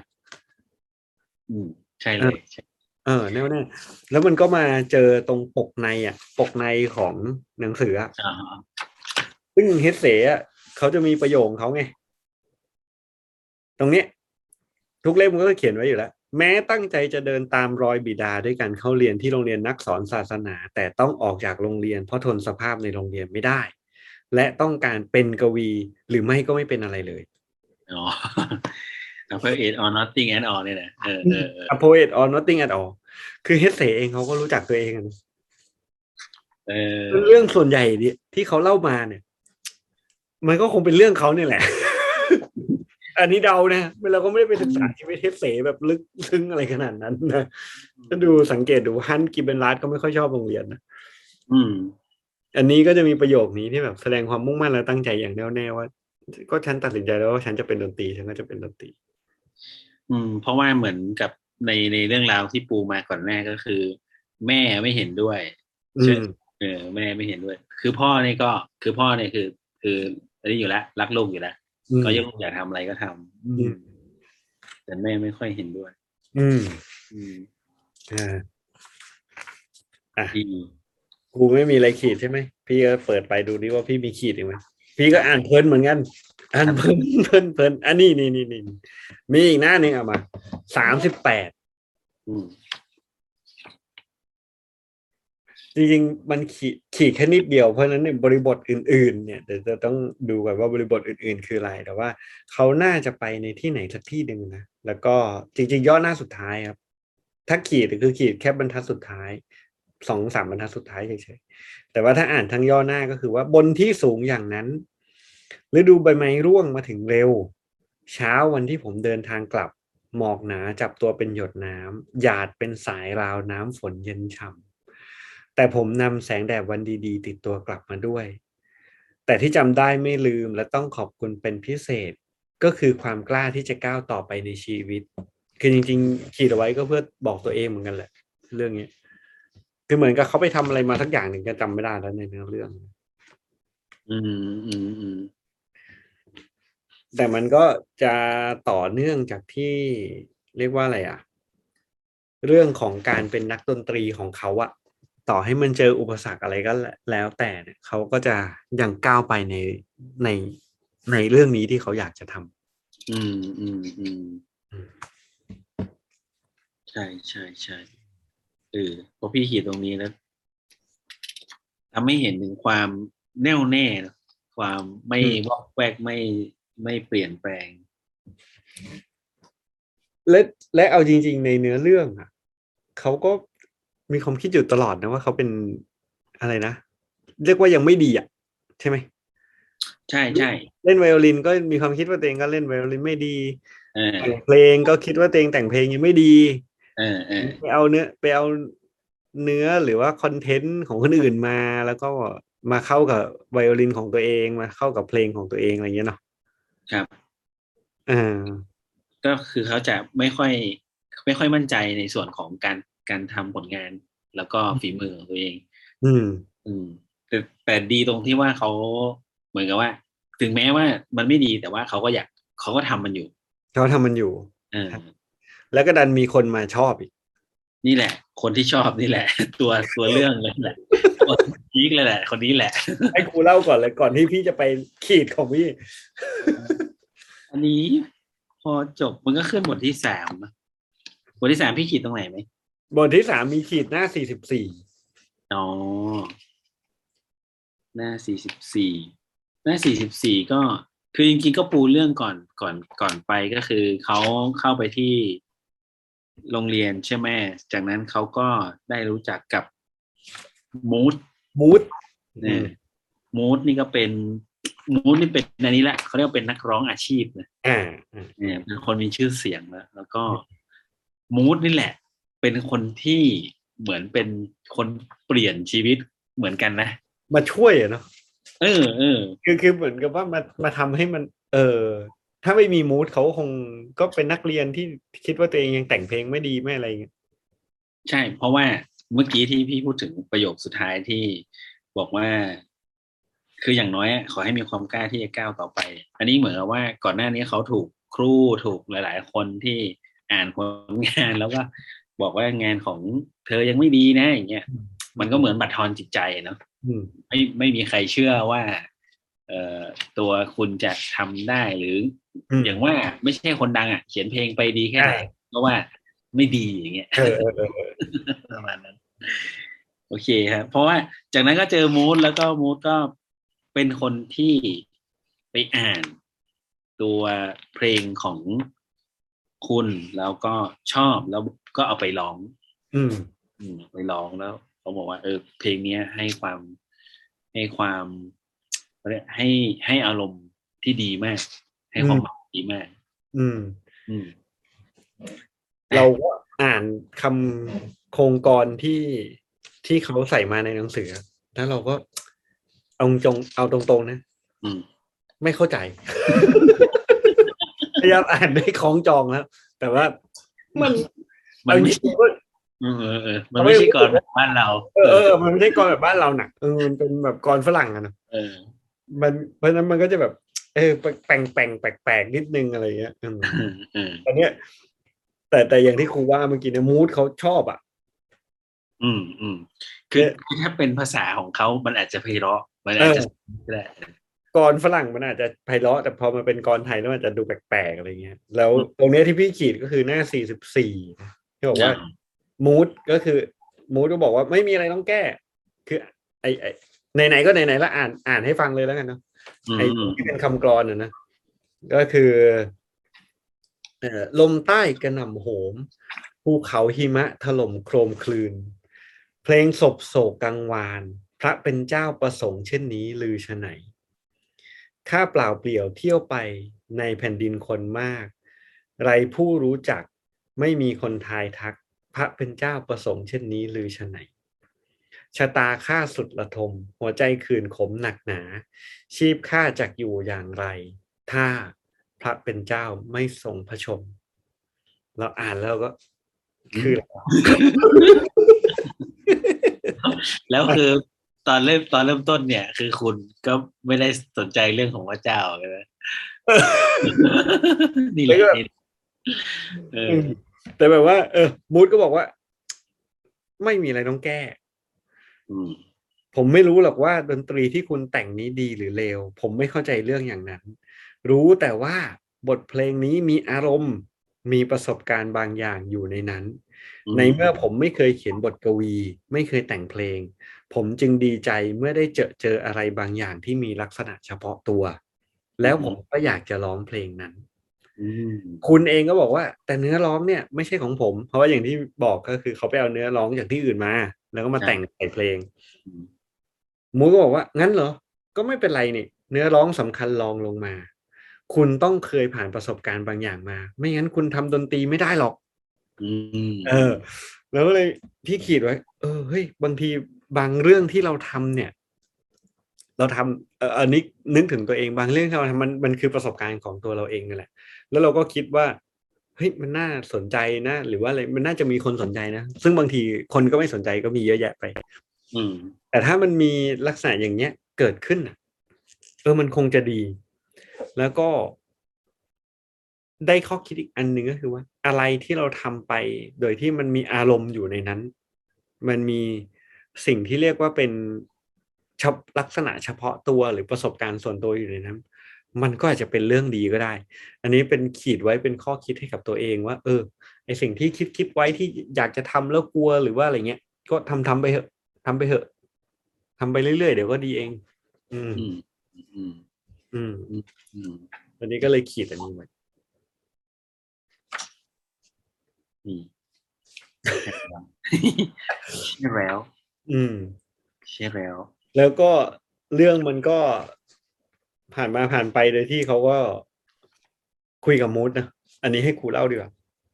ใช่เลยแน่วแน่แล้วมันก็มาเจอตรงปกในปกในของหนังสือซึ่งเฮดเสะเขาจะมีประโยคเขาไงตรงนี้ทุกเล่มมันก็เขียนไว้อยู่แล้วแม้ตั้งใจจะเดินตามรอยบิดาด้วยกันเข้าเรียนที่โรงเรียนนักสอนศาสนาแต่ต้องออกจากโรงเรียนเพราะทนสภาพในโรงเรียนไม่ได้และต้องการเป็นกวีหรือไม่ก็ไม่เป็นอะไรเลยอ๋อ A poet or nothing at all เนี่ยนะ A poet or nothing at all คือเฮดเสเองเขาก็รู้จักตัวเองเรื่องส่วนใหญ่ที่เขาเล่ามาเนี่ยมันก็คงเป็นเรื่องเขาเนี่ยแหละ อันนี้เดานะเราก็ไม่ได้ไปศึกษาชีวิตเฮดเสแบบลึกซึ้งอะไรขนาดนั้นนะถ้าดูสังเกตดูฮันกิเบนรัตก็ไม่ค่อยชอบโรงเรียนนะอันนี้ก็จะมีประโยคนี้ที่แบบแสดงความมุ่งมั่นและตั้งใจอย่างแน่วแน่ว่าก็ฉันตัดสินใจแล้วว่าฉันจะเป็นดนตรีฉันก็จะเป็นดนตรีเพราะว่าเหมือนกับในเรื่องราวที่ปูมาก่อนหน้าก็คือ แม่ไม่เห็นด้วยแม่ไม่เห็นด้วยคือพ่อเนี่ยคืออันนี้อยู่แล้วรักลูกอยู่แล้วก็ยังอยากทำอะไรก็ทำแต่แม่ไม่ค่อยเห็นด้วยกูไม่มีอะไรขีดใช่ไหมพี่ก็เปิดไปดูดิว่าพี่มีขีดไหมพี่ก็อ่านเพลินเหมือนกันอ่านเพลินอันนี้นี่มีอีกหน้าหนึ่งเอามา38จริงๆมันขีดแค่นิดเดียวเพราะฉะนั้นในบริบทอื่นๆเนี่ยเดี๋ยวจะต้องดูก่อนว่าบริบทอื่นๆคืออะไรแต่ว่าเขาน่าจะไปในที่ไหนสักที่หนึ่งนะแล้วก็จริงๆย่อหน้าสุดท้ายครับถ้าขีดคือขีดแค่บรรทัดสุดท้าย2-3 บรรทัดสุดท้ายเฉยๆแต่ว่าถ้าอ่านทั้งย่อหน้าก็คือว่าบนที่สูงอย่างนั้นฤดูใบไม้ร่วงมาถึงเร็วเช้าวันที่ผมเดินทางกลับหมอกหนาจับตัวเป็นหยดน้ำหยาดเป็นสายราวน้ำฝนเย็นฉ่ำแต่ผมนำแสงแดดวันดีๆติดตัวกลับมาด้วยแต่ที่จำได้ไม่ลืมและต้องขอบคุณเป็นพิเศษก็คือความกล้าที่จะก้าวต่อไปในชีวิตคือจริงๆขีดเอาไว้ก็เพื่อบอกตัวเองเหมือนกันแหละเรื่องนี้คือเหมือนกับเขาไปทำอะไรมาสักอย่างหนึ่งก็จำไม่ได้แล้วในเนื้อเรื่องแต่มันก็จะต่อเนื่องจากที่เรียกว่าอะไรเรื่องของการเป็นนักดนตรีของเขาต่อให้มันเจออุปสรรคอะไรก็แล้วแต่เนี่ยเขาก็จะยังก้าวไปในเรื่องนี้ที่เขาอยากจะทำใช่พอพี่ขีดตรงนี้แล้วทำให้เห็นถึงความแน่วแน่ความไม่วอกแวกไม่เปลี่ยนแปลงและเอาจริงๆในเนื้อเรื่องเขาก็มีความคิดอยู่ตลอดนะว่าเขาเป็นอะไรนะเรียกว่ายังไม่ดีใช่ไหมใช่เล่นไวโอลินก็มีความคิดว่าตัวเองก็เล่นไวโอลินไม่ดีแต่งเพลงก็คิดว่าตัวเองแต่งเพลงยังไม่ดีไปเอาเนื้อหรือว่าคอนเทนต์ของคนอื่นมาแล้วก็มาเข้ากับไวโอลินของตัวเองมาเข้ากับเพลงของตัวเองอะไรเงี้ยเนาะครับก็คือเขาจะไม่ค่อยมั่นใจในส่วนของการทำผลงานแล้วก็ฝีมือของตัวเองแต่ดีตรงที่ว่าเขาเหมือนกับว่าถึงแม้ว่ามันไม่ดีแต่ว่าเขาก็ทำมันอยู่แล้วก็ดันมีคนมาชอบอีกนี่แหละคนที่ชอบนี่แหละตัวเรื่องเลยแหละพีคเลยแหละคนนี้แหละให้ครูเล่าก่อนเลยก่อนที่พี่จะไปขีดของพี่อันนี้พอจบมันก็ขึ้นบทที่3บทที่3พี่ขีดตรงไหนไหมบทที่3มีขีดหน้า44 อ๋อหน้า44ก็คือจริงๆก็ปูเรื่องก่อนไปก็คือเขาเข้าไปที่โรงเรียนใช่ไหมจากนั้นเขาก็ได้รู้จักกับมูดเนี่ยมูดนี่เป็นอันนี้แหละเขาเรียกว่าเป็นนักร้องอาชีพนะเนี่ยเป็นคนมีชื่อเสียงแล้วก็มูดนี่แหละเป็นคนที่เหมือนเป็นคนเปลี่ยนชีวิตเหมือนกันนะมาช่วยเนาะคือเหมือนกับว่ามาทำให้มันถ้าไม่มีมูดเขาคงก็เป็นนักเรียนที่คิดว่าตัวเองยังแต่งเพลงไม่ดีไม่อะไรเงี้ยใช่เพราะว่าเมื่อกี้ที่พี่พูดถึงประโยคสุดท้ายที่บอกว่าคืออย่างน้อยขอให้มีความกล้าที่จะก้าวต่อไปอันนี้เหมือนกับว่าก่อนหน้านี้เขาถูกครูถูกหลายๆคนที่อ่านผลงานแล้วก็บอกว่างานของเธอยังไม่ดีนะอย่างเงี้ยมันก็เหมือนบั่นทอนจิตใจเนาะไม่มีใครเชื่อว่าเอ่อตัวคุณจะทำได้หรืออย่างว่าไม่ใช่คนดังอ่ะเขียนเพลงไปดีแค่ไหนเพราะว่าไม่ดีอย่างเงี้ยประมาณนั้นโอเคครับเพราะว่าจากนั้นก็เจอมูดแล้วก็มูดก็เป็นคนที่ไปอ่านตัวเพลงของคุณแล้วก็ชอบแล้วก็เอาไปร้องไปร้องแล้วเขาบอกว่าเพลงนี้ให้ความให้อารมณ์ที่ดีมากให้ความหมายดีมากเราก็อ่านคำโครงกรที่เขาใส่มาในหนังสือแล้วเราก็เอาตรงๆนะไม่เข้าใจพยายามอ่านได้คล้องจองแล้วแต่ว่ามันไม่ใช่มันไม่ใช่กรแบบบ้านเรามันไม่ใช่กรแบบบ้านเราหนักมันเป็นแบบกรฝรั่งอะนะมันเพราะฉะนั้นมันก็จะแบบแปลกนิดนึงอะไรเงี้ยอันเนี้ยแต่อย่างที่ครูว่าเมื่อกี้เนี่ยมูดเขาชอบอ่ะคือถ้าเป็นภาษาของเขามันอาจจะไพเราะมันอาจจะได้กรฝรั่งมันอาจจะไพเราะแต่พอมาเป็นกรไทยแล้วมันจะดูแปลกๆอะไรเงี้ยแล้วตรงนี้ที่พี่ขีดก็คือหน้า44ที่บอกว่ามูดก็คือมูดก็บอกว่าไม่มีอะไรต้องแก้คือไอไหนๆก็ไหนๆแล้วอ่านให้ฟังเลยแล้วกันเนาะไอ้ที่เป็นคำกลอนนะก็คือลมใต้กระหน่ำโหมภูเขาหิมะถล่มโครมคลืนเพลงศพโศกกังวานพระเป็นเจ้าประสงค์เช่นนี้ลือชะไหนข้าเปล่าเปลี่ยวเที่ยวไปในแผ่นดินคนมากไรผู้รู้จักไม่มีคนทายทักพระเป็นเจ้าประสงค์เช่นนี้ลือชะไหนชะตาข้าสุดระทมหัวใจคืนขมหนักหนาชีพข้าจักอยู่อย่างไรถ้าพระเป็นเจ้าไม่ทรงพระชนเราอ่านแล้วก็คือแล้วคือตอนเริ่มต้นเนี่ยคือคุณก็ไม่ได้สนใจเรื่องของพระเจ้าใช่ไหมนี่แหละแต่แบบว่ามูดก็บอกว่าไม่มีอะไรต้องแก้ผมไม่รู้หรอกว่าดนตรีที่คุณแต่งนี้ดีหรือเลวผมไม่เข้าใจเรื่องอย่างนั้นรู้แต่ว่าบทเพลงนี้มีอารมณ์มีประสบการณ์บางอย่างอยู่ในนั้นในเมื่อผมไม่เคยเขียนบทกวีไม่เคยแต่งเพลงผมจึงดีใจเมื่อได้เจออะไรบางอย่างที่มีลักษณะเฉพาะตัวแล้วผมก็อยากจะร้องเพลงนั้นคุณเองก็บอกว่าแต่เนื้อร้องเนี่ยไม่ใช่ของผมเพราะว่าอย่างที่บอกก็คือเขาไปเอาเนื้อร้องจากที่อื่นมาแล้วก็มาแต่งใส่เพลงมูก็บอกว่างั้นเหรอก็ไม่เป็นไรนี่เนื้อร้องสำคัญรองลงมาคุณต้องเคยผ่านประสบการณ์บางอย่างมาไม่งั้นคุณทำดนตรีไม่ได้หรอกแล้วเลยพี่ขีดไว้เฮ้ยบางทีบางเรื่องที่เราทำเนี่ยเราทำอันนี้นึกถึงตัวเองบางเรื่องที่เราทำมันคือประสบการณ์ของตัวเราเองนั่นแหละแล้วเราก็คิดว่าเฮ้ยมันน่าสนใจนะหรือว่าอะไรมันน่าจะมีคนสนใจนะซึ่งบางทีคนก็ไม่สนใจก็มีเยอะแยะไปแต่ถ้ามันมีลักษณะอย่างเนี้ยเกิดขึ้นมันคงจะดีแล้วก็ได้ข้อคิดอีกอันหนึ่งก็คือว่าอะไรที่เราทำไปโดยที่มันมีอารมณ์อยู่ในนั้นมันมีสิ่งที่เรียกว่าเป็นลักษณะเฉพาะตัวหรือประสบการณ์ส่วนตัวอยู่ในนั้นมันก็อาจจะเป็นเรื่องดีก็ได้อันนี้เป็นขีดไว้เป็นข้อคิดให้กับตัวเองว่าไอสิ่งที่คิดไว้ที่อยากจะทำแล้วกลัวหรือว่าอะไรเงี้ยก็ทำไปเถอะทำไปเถอะทำไปเรื่อยๆเดี๋ยวก็ดีเองอันนี้ก็เลยขีดอันนี้ไว้ใช่แล้วใช่แล้วก็เรื่องมันก็ผ่านมาผ่านไปโดยที่เขาก็คุยกับมูดนะอันนี้ให้ครูเล่าดีกว่า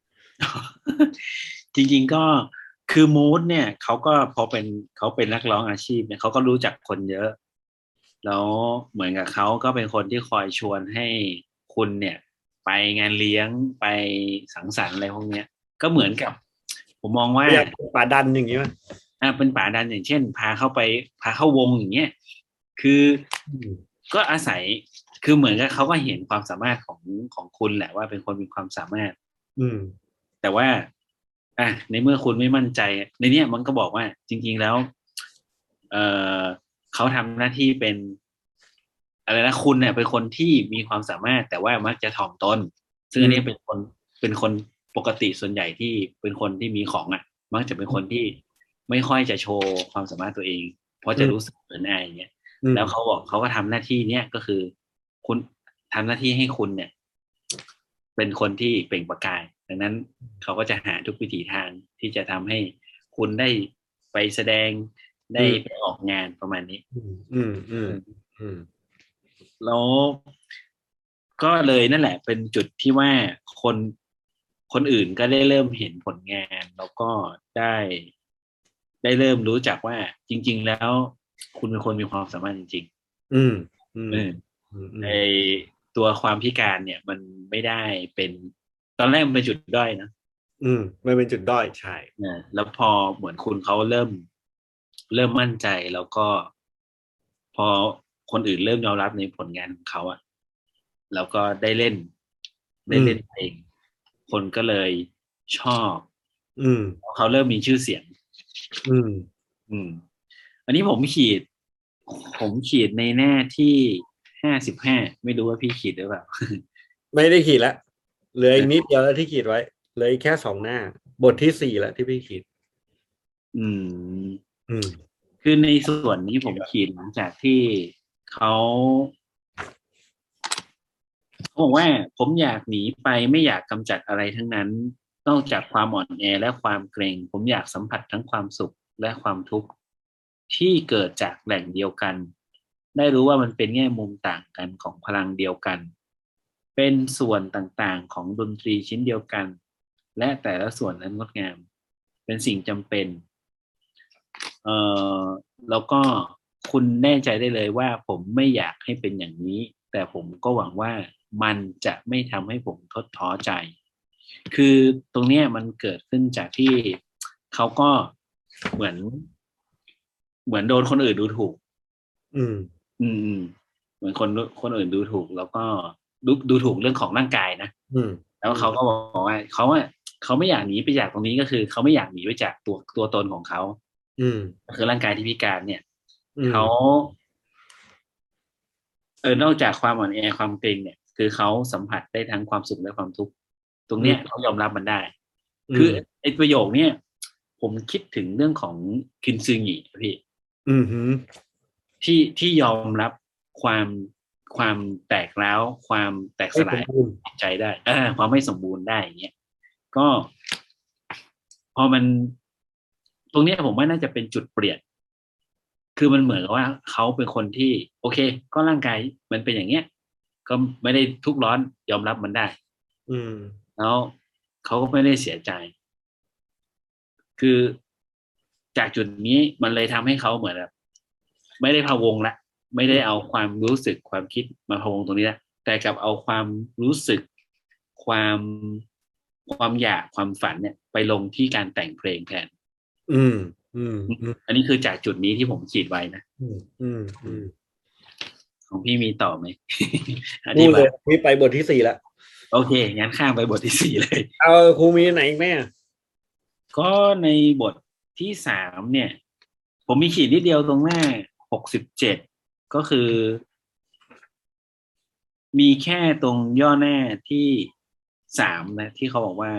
จริงๆก็คือมูดเนี่ยเขาก็พอเขาเป็นนักร้องอาชีพเนี่ยเขาก็รู้จักคนเยอะแล้วเหมือนกับเขาก็เป็นคนที่คอยชวนให้คุณเนี่ยไปงานเลี้ยงไปสังสรรค์อะไรพวกเนี้ยก็เหมือนกับผมมองว่าป่าดันอย่างนี้มั้ยเป็นป่าดันอย่างเช่นพาเข้าวงอย่างเงี้ยคือก็อาศัยคือเหมือนกับเขาก็เห็นความสามารถของคุณแหละว่าเป็นคนมีความสามารถแต่ว่าในเมื่อคุณไม่มั่นใจในเนี้ยมันก็บอกว่าจริงๆแล้วเขาทำหน้าที่เป็นอะไรนะคุณเนี่ยเป็นคนที่มีความสามารถแต่ว่ามักจะถ่อมตนซึ่งอันนี้เป็นคนปกติส่วนใหญ่ที่เป็นคนที่มีของมักจะเป็นคนที่ไม่ค่อยจะโชว์ความสามารถตัวเองเพราะจะรู้สึกเหมือนอายอย่างเงี้ยแล้วเขาบอกเขาก็ทำหน้าที่เนี้ยก็คือคุณทำหน้าที่ให้คุณเนี่ยเป็นคนที่เปล่งประกายดังนั้นเขาก็จะหาทุกวิถีทางที่จะทำให้คุณได้ไปแสดงได้ไปออกงานประมาณนี้แล้วก็เลยนั่นแหละเป็นจุดที่ว่าคนอื่นก็ได้เริ่มเห็นผลงานแล้วก็ได้เริ่มรู้จักว่าจริงๆแล้วคุณเป็นคนมีความสามารถจริงๆในตัวความพิการเนี่ยมันไม่ได้เป็นตอนแรกมันเป็นจุดด้อยนะไม่เป็นจุดด้อยใช่แล้วพอเหมือนคุณเขาเริ่มมั่นใจแล้วก็พอคนอื่นเริ่มยอมรับในผลงานของเขาแล้วก็ได้เล่นเองคนก็เลยชอบเขาเริ่มมีชื่อเสียงอันนี้ผมขีดในหน้าที่55ไม่รู้ว่าพี่ขีดหรือเปล่าไม่ได้ขีดแล้วเหลืออีกนิดเดียวแล้วที่ขีดไว้เหลือแค่2หน้าบทที่4แล้วที่พี่ขีดคือในส่วนนี้ผมขีดหลังจากที่เขาบอกว่าผมอยากหนีไปไม่อยากกำจัดอะไรทั้งนั้นนอกจากความอ่อนแอและความเกรงผมอยากสัมผัสทั้งความสุขและความทุกข์ที่เกิดจากแหล่งเดียวกันได้รู้ว่ามันเป็นแง่มุมต่างกันของพลังเดียวกันเป็นส่วนต่างๆของดนตรีชิ้นเดียวกันและแต่ละส่วนนั้นงดงามเป็นสิ่งจำเป็นแล้วก็คุณแน่ใจได้เลยว่าผมไม่อยากให้เป็นอย่างนี้แต่ผมก็หวังว่ามันจะไม่ทำให้ผมท้อท้อใจคือตรงเนี้ยมันเกิดขึ้นจากที่เขาก็เหมือนโดนคนอื่นดูถูกเหมือนคนอื่นดูถูกแล้วก็ดูถูกเรื่องของร่างกายนะแล้วเขาก็บอกว่าเขาไม่อยากหนีไปจากตรงนี้ก็คือเขาไม่อยากหนีไปจากตัวตนของเขาคือร่างกายที่พิการเนี่ยเขานอกจากความอ่อนแอความเกร็งเนี่ยคือเขาสัมผัสได้ทั้งความสุขและความทุกข์ตรงเนี้ยเขายอมรับมันได้คือไอ้ประโยคเนี้ยผมคิดถึงเรื่องของคินซึงิพี่ที่ยอมรับความแตกร้าวความแตกสลายใจได้ความไม่สมบูรณ์ได้อย่างเงี้ยก็พอมันตรงนี้ผมว่าน่าจะเป็นจุดเปลี่ยนคือมันเหมือนกับว่าเขาเป็นคนที่โอเคก็ร่างกายมันเป็นอย่างเงี้ยก็ไม่ได้ทุกข์ร้อนยอมรับมันได้แล้วเขาก็ไม่ได้เสียใจคือจากจุดนี้มันเลยทำให้เขาเหมือนแบบไม่ได้พะวงละไม่ได้เอาความรู้สึกความคิดมาพะวงตรงนี้ละแต่กลับเอาความรู้สึกความอยากความฝันเนี่ยไปลงที่การแต่งเพลงแทนอันนี้คือจากจุดนี้ที่ผมขีดไว้นะของพี่มีต่อไหมนี่เลยพี่ไปบทที่4แล้วโอเคงั้นข้ามไปบทที่4เลยเอาครูมีไหนอีกไหมก็ในบทที่3เนี่ยผมมีขีดนิดเดียวตรงหน้า67ก็คือมีแค่ตรงย่อหน้าที่3นะที่เขาบอกว่า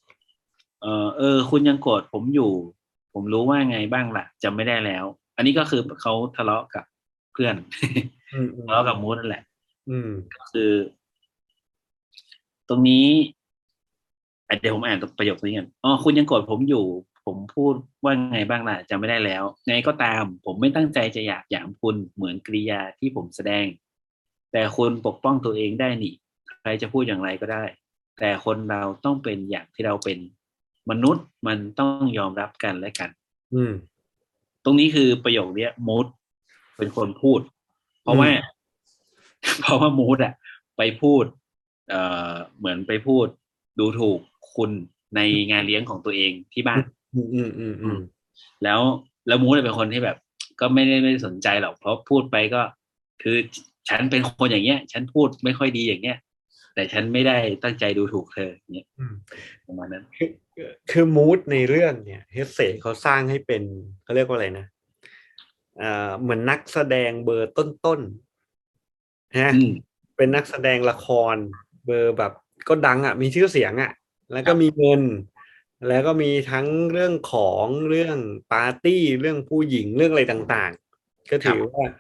คุณยังโกรธผมอยู่ผมรู้ว่าไงบ้างล่ะจำไม่ได้แล้วอันนี้ก็คือเขาทะเลาะกับเพื่อนทะเลาะกับมูดนั่นแหละก็คือตรงนี้เดี๋ยวผมอ่านประโยคนี้กันคุณยังโกรธผมอยู่ผมพูดว่าไงบ้างล่ะจำไม่ได้แล้วไงก็ตามผมไม่ตั้งใจจะอยากหยามคุณเหมือนกริยาที่ผมแสดงแต่คุณปกป้องตัวเองได้นี่ใครจะพูดอย่างไรก็ได้แต่คนเราต้องเป็นอย่างที่เราเป็นมนุษย์มันต้องยอมรับกันและกันตรงนี้คือประโยคนี้มูดเป็นคนพูดเพราะว่ามูดไปพูดเหมือนไปพูดดูถูกคุณในงานเลี้ยงของตัวเองที่บ้านแล้วมูเลยเป็นคนที่แบบก็ไม่ได้สนใจหรอกเพราะพูดไปก็คือฉันเป็นคนอย่างเงี้ยฉันพูดไม่ค่อยดีอย่างเงี้ยแต่ฉันไม่ได้ตั้งใจดูถูกเธอเนี่ยประมาณนั้นคือมูดในเรื่องเนี่ยเฮเซเขาสร้างให้เป็นเขาเรียกว่าอะไรนะเหมือนนักแสดงเบอร์ต้นๆนะเป็นนักแสดงละครเบอร์แบบก็ดังอ่ะมีชื่อเสียงอ่ะแล้วก็มีเงินแล้วก็มีทั้งเรื่องของเรื่องปาร์ตี้เรื่องผู้หญิงเรื่องอะไรต่างๆก็ถือว่า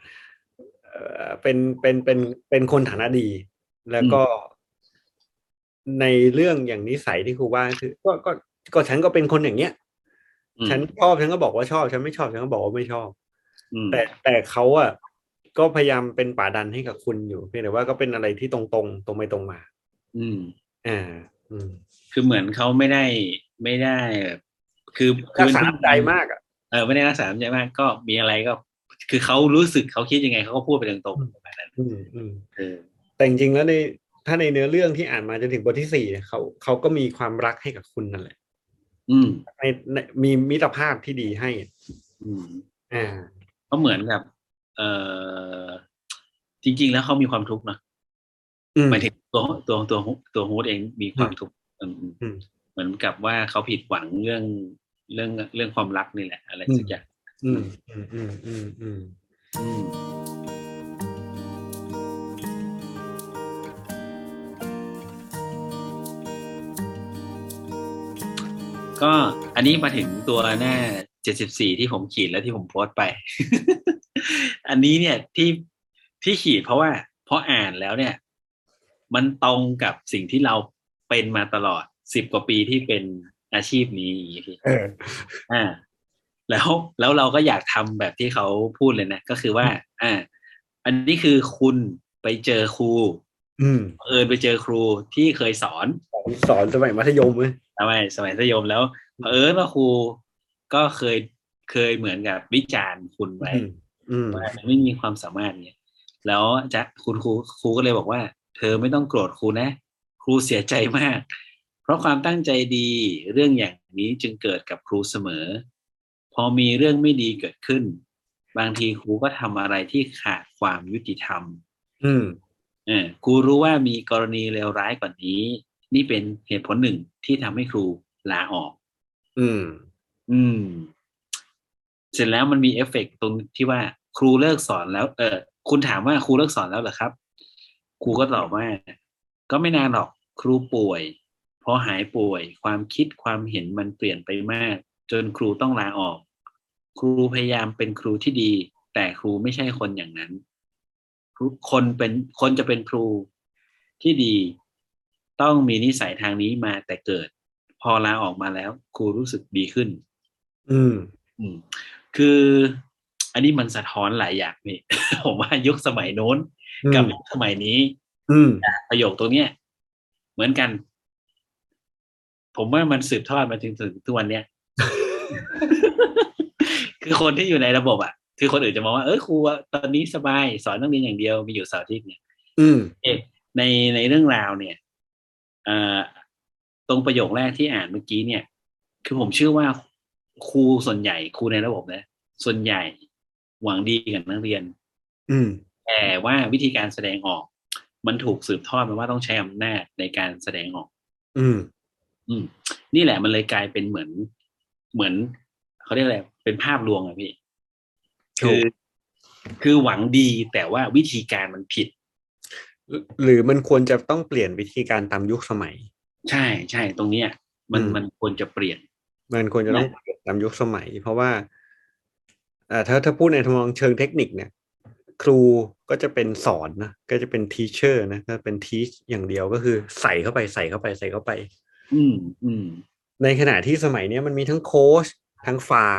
เป็นคนฐานะดีแล้วก็ในเรื่องอย่างนิสัยที่ครูว่าคือก็ฉันก็เป็นคนอย่างเนี้ยฉันชอบฉันก็บอกว่าชอบฉันไม่ชอบฉันก็บอกว่าไม่ชอบแต่เขาอ่ะก็พยายามเป็นป่าดันให้กับคุณอยู่เพียงแต่ว่าก็เป็นอะไรที่ตรงไปตรงมาคือเหมือนเขาไม่ได้แบบคือรักษาใจมากอ่ะไม่ได้รักษาใจมากก็มีอะไรก็คือเขารู้สึกเขาคิดยังไงเขาก็พูดไปตรงๆแบบนั้นแต่จริงๆแล้วถ้าในเนื้อเรื่องที่อ่านมาจนถึงบทที่4เนี่ยเขาก็มีความรักให้กับคุณนั่นแหละมีมิตรภาพที่ดีให้ก็เหมือนกับจริงๆแล้วเขามีความทุกข์นะหมายถึงตัวฮูดเองมีความทุกข์เหมือนกับว่าเขาผิดหวังเรื่องความรักนี่แหละอะไรสักอย่างก็อันนี้มาถึงตัวหน้า74ที่ผมขีดแล้วที่ผมโพสต์ไป อันนี้เนี่ยที่ขีดเพราะอ่านแล้วเนี่ยมันตรงกับสิ่งที่เราเป็นมาตลอด10 กว่าปีที่เป็นอาชีพนี้พี่แล้วเราก็อยากทำแบบที่เขาพูดเลยนะก็คือว่าอันนี้คือคุณไปเจอครูไปเจอครูที่เคยสอนสมัยมัธยมเลยสมัยมัธยมแล้วว่าครูก็เคยเหมือนกับวิจารณ์คุณไว้ว่าไม่มีความสามารถเนี่ยแล้วครูก็เลยบอกว่าเธอไม่ต้องโกรธครูนะครูเสียใจมากเพราะความตั้งใจดีเรื่องอย่างนี้จึงเกิดกับครูเสมอพอมีเรื่องไม่ดีเกิดขึ้นบางทีครูก็ทำอะไรที่ขาดความยุติธรรมครูรู้ว่ามีกรณีเลวร้ายกว่านี้นี่เป็นเหตุผลหนึ่งที่ทำให้ครูลาออกเสร็จแล้วมันมีเอฟเฟกต์ตรงที่ว่าครูเลิกสอนแล้วคุณถามว่าครูเลิกสอนแล้วเหรอครับครูก็ตอบว่าก็ไม่นานหรอกครูป่วยพอหายป่วยความคิดความเห็นมันเปลี่ยนไปมากจนครูต้องลาออกครูพยายามเป็นครูที่ดีแต่ครูไม่ใช่คนอย่างนั้นคนจะเป็นครูที่ดีต้องมีนิสัยทางนี้มาแต่เกิดพอลาออกมาแล้วครูรู้สึกดีขึ้นคืออันนี้มันสะท้อนหลายอย่างนี่ ผมว่ายุคสมัยโน้นกับยุคสมัยนี้ประโยคตรงเนี้ยเหมือนกันผมว่ามันสืบทอดมาถึงทุกวันเนี้ย คือคนที่อยู่ในระบบอ่ะคือคนอื่นจะมองว่าครูตอนนี้สบายสอนนักเรียนอย่างเดียวมีอยู่เสาร์อาทิตย์เนี่ยในเรื่องราวเนี่ยตรงประโยคแรกที่อ่านเมื่อกี้เนี่ยคือผมเชื่อว่าครูส่วนใหญ่ครูในระบบนะส่วนใหญ่หวังดีกับนักเรียนแต่ว่าวิธีการแสดงออกมันถูกสืบทอดมาว่าต้องใช้อำนาจในการแสดงออกนี่แหละมันเลยกลายเป็นเหมือนเขาเรียกอะไรเป็นภาพลวงอะพี่คือหวังดีแต่ว่าวิธีการมันผิดหรือมันควรจะต้องเปลี่ยนวิธีการตามยุคสมัยใช่ตรงเนี้ยมันควรจะเปลี่ยนมันควรจะต้องเปลี่ยนตามยุคสมัยเพราะว่าถ้าพูดในทางเชิงเทคนิคเนี่ยครูก็จะเป็นสอนนะก็จะเป็นทีเชอร์นะก็เป็นทีชอย่างเดียวก็คือใส่เข้าไปในขณะที่สมัยนี้มันมีทั้งโค้ชทั้งฟา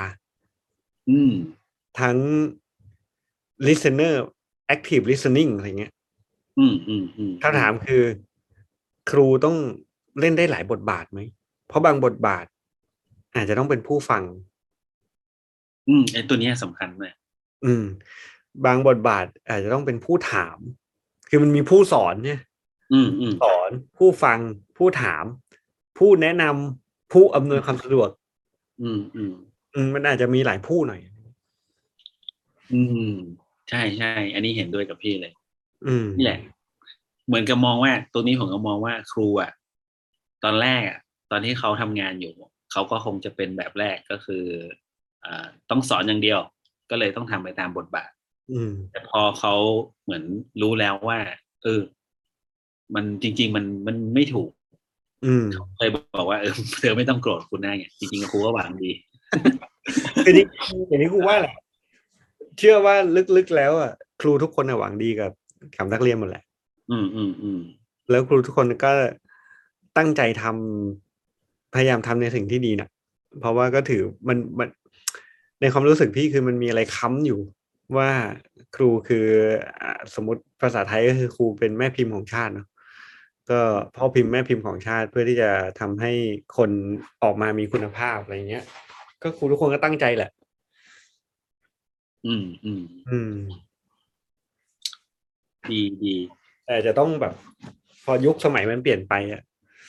ทั้ง listener active listening อะไรเงี้ยถ้าถามคือครูต้องเล่นได้หลายบทบาทไหมเพราะบางบทบาทอาจจะต้องเป็นผู้ฟังไอ้ตัวนี้สำคัญเลยบางบทบาทอาจจะต้องเป็นผู้ถามคือมันมีผู้สอนเนี่ยสอนผู้ฟังผู้ถาม ผู้แนะนำผู้อำนวยความสะดวกมันอาจจะมีหลายผู้หน่อยใช่ใช่อันนี้เห็นด้วยกับพี่เลยนี่แหละเหมือนกับมองว่าตัวนี้ผมก็มองว่าครูอ่ะตอนแรกอ่ะตอนที่เขาทำงานอยู่เขาก็คงจะเป็นแบบแรกก็คือต้องสอนอย่างเดียวก็เลยต้องทำไปตามบทบาทแต่พอเขาเหมือนรู้แล้วว่ามันจริงๆมันไม่ถูกเขาเคยบอกว่าเธอไม่ต้องโกรธคุณนะไงจริงๆครูก็หวังดีคือนี่อย่างนี้ครูว่าแหละเชื่อว่าลึกๆแล้วอ่ะครูทุกคนหวังดีกับนักเรียนหมดแหละแล้วครูทุกคนก็ตั้งใจทำพยายามทำในสิ่งที่ดีนะเพราะว่าก็ถือมันในความรู้สึกพี่คือมันมีอะไรค้ำอยู่ว่าครูคือสมมติภาษาไทยก็คือครูเป็นแม่พิมพ์ของชาติเนาะก็พ่อพิมพ์แม่พิมพ์ของชาติเพื่อที่จะทำให้คนออกมามีคุณภาพอะไรเงี้ยก็ครูทุกคนก็ตั้งใจแหละดีแต่จะต้องแบบพอยุคสมัยมันเปลี่ยนไปอ่ะ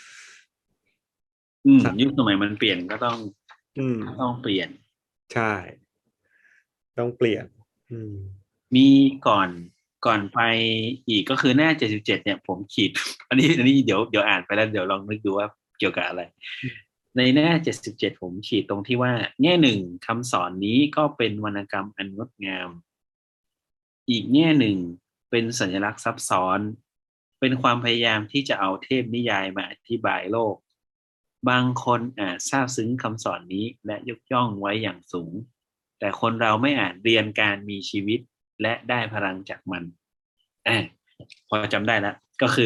ยุคสมัยมันเปลี่ยนก็ต้องเปลี่ยนใช่ต้องเปลี่ยนมีก่อนไปอีกก็คือหน้า77เนี่ยผมขีดอันนี้เดี๋ยวอ่านไปแล้วเดี๋ยวลองนึกดูว่าเกี่ยวกับอะไรในหน้า77ผมขีดตรงที่ว่าแง่หนึ่งคำสอนนี้ก็เป็นวรรณกรรมอันงดงามอีกแง่หนึ่งเป็นสัญลักษณ์ซับซ้อนเป็นความพยายามที่จะเอาเทพนิยายมาอธิบายโลกบางคนอาจซาบซึ้งคำสอนนี้และยกย่องไว้อย่างสูงแต่คนเราไม่อาจเรียนการมีชีวิตและได้พลังจากมันพอจำได้แล้วก็คือ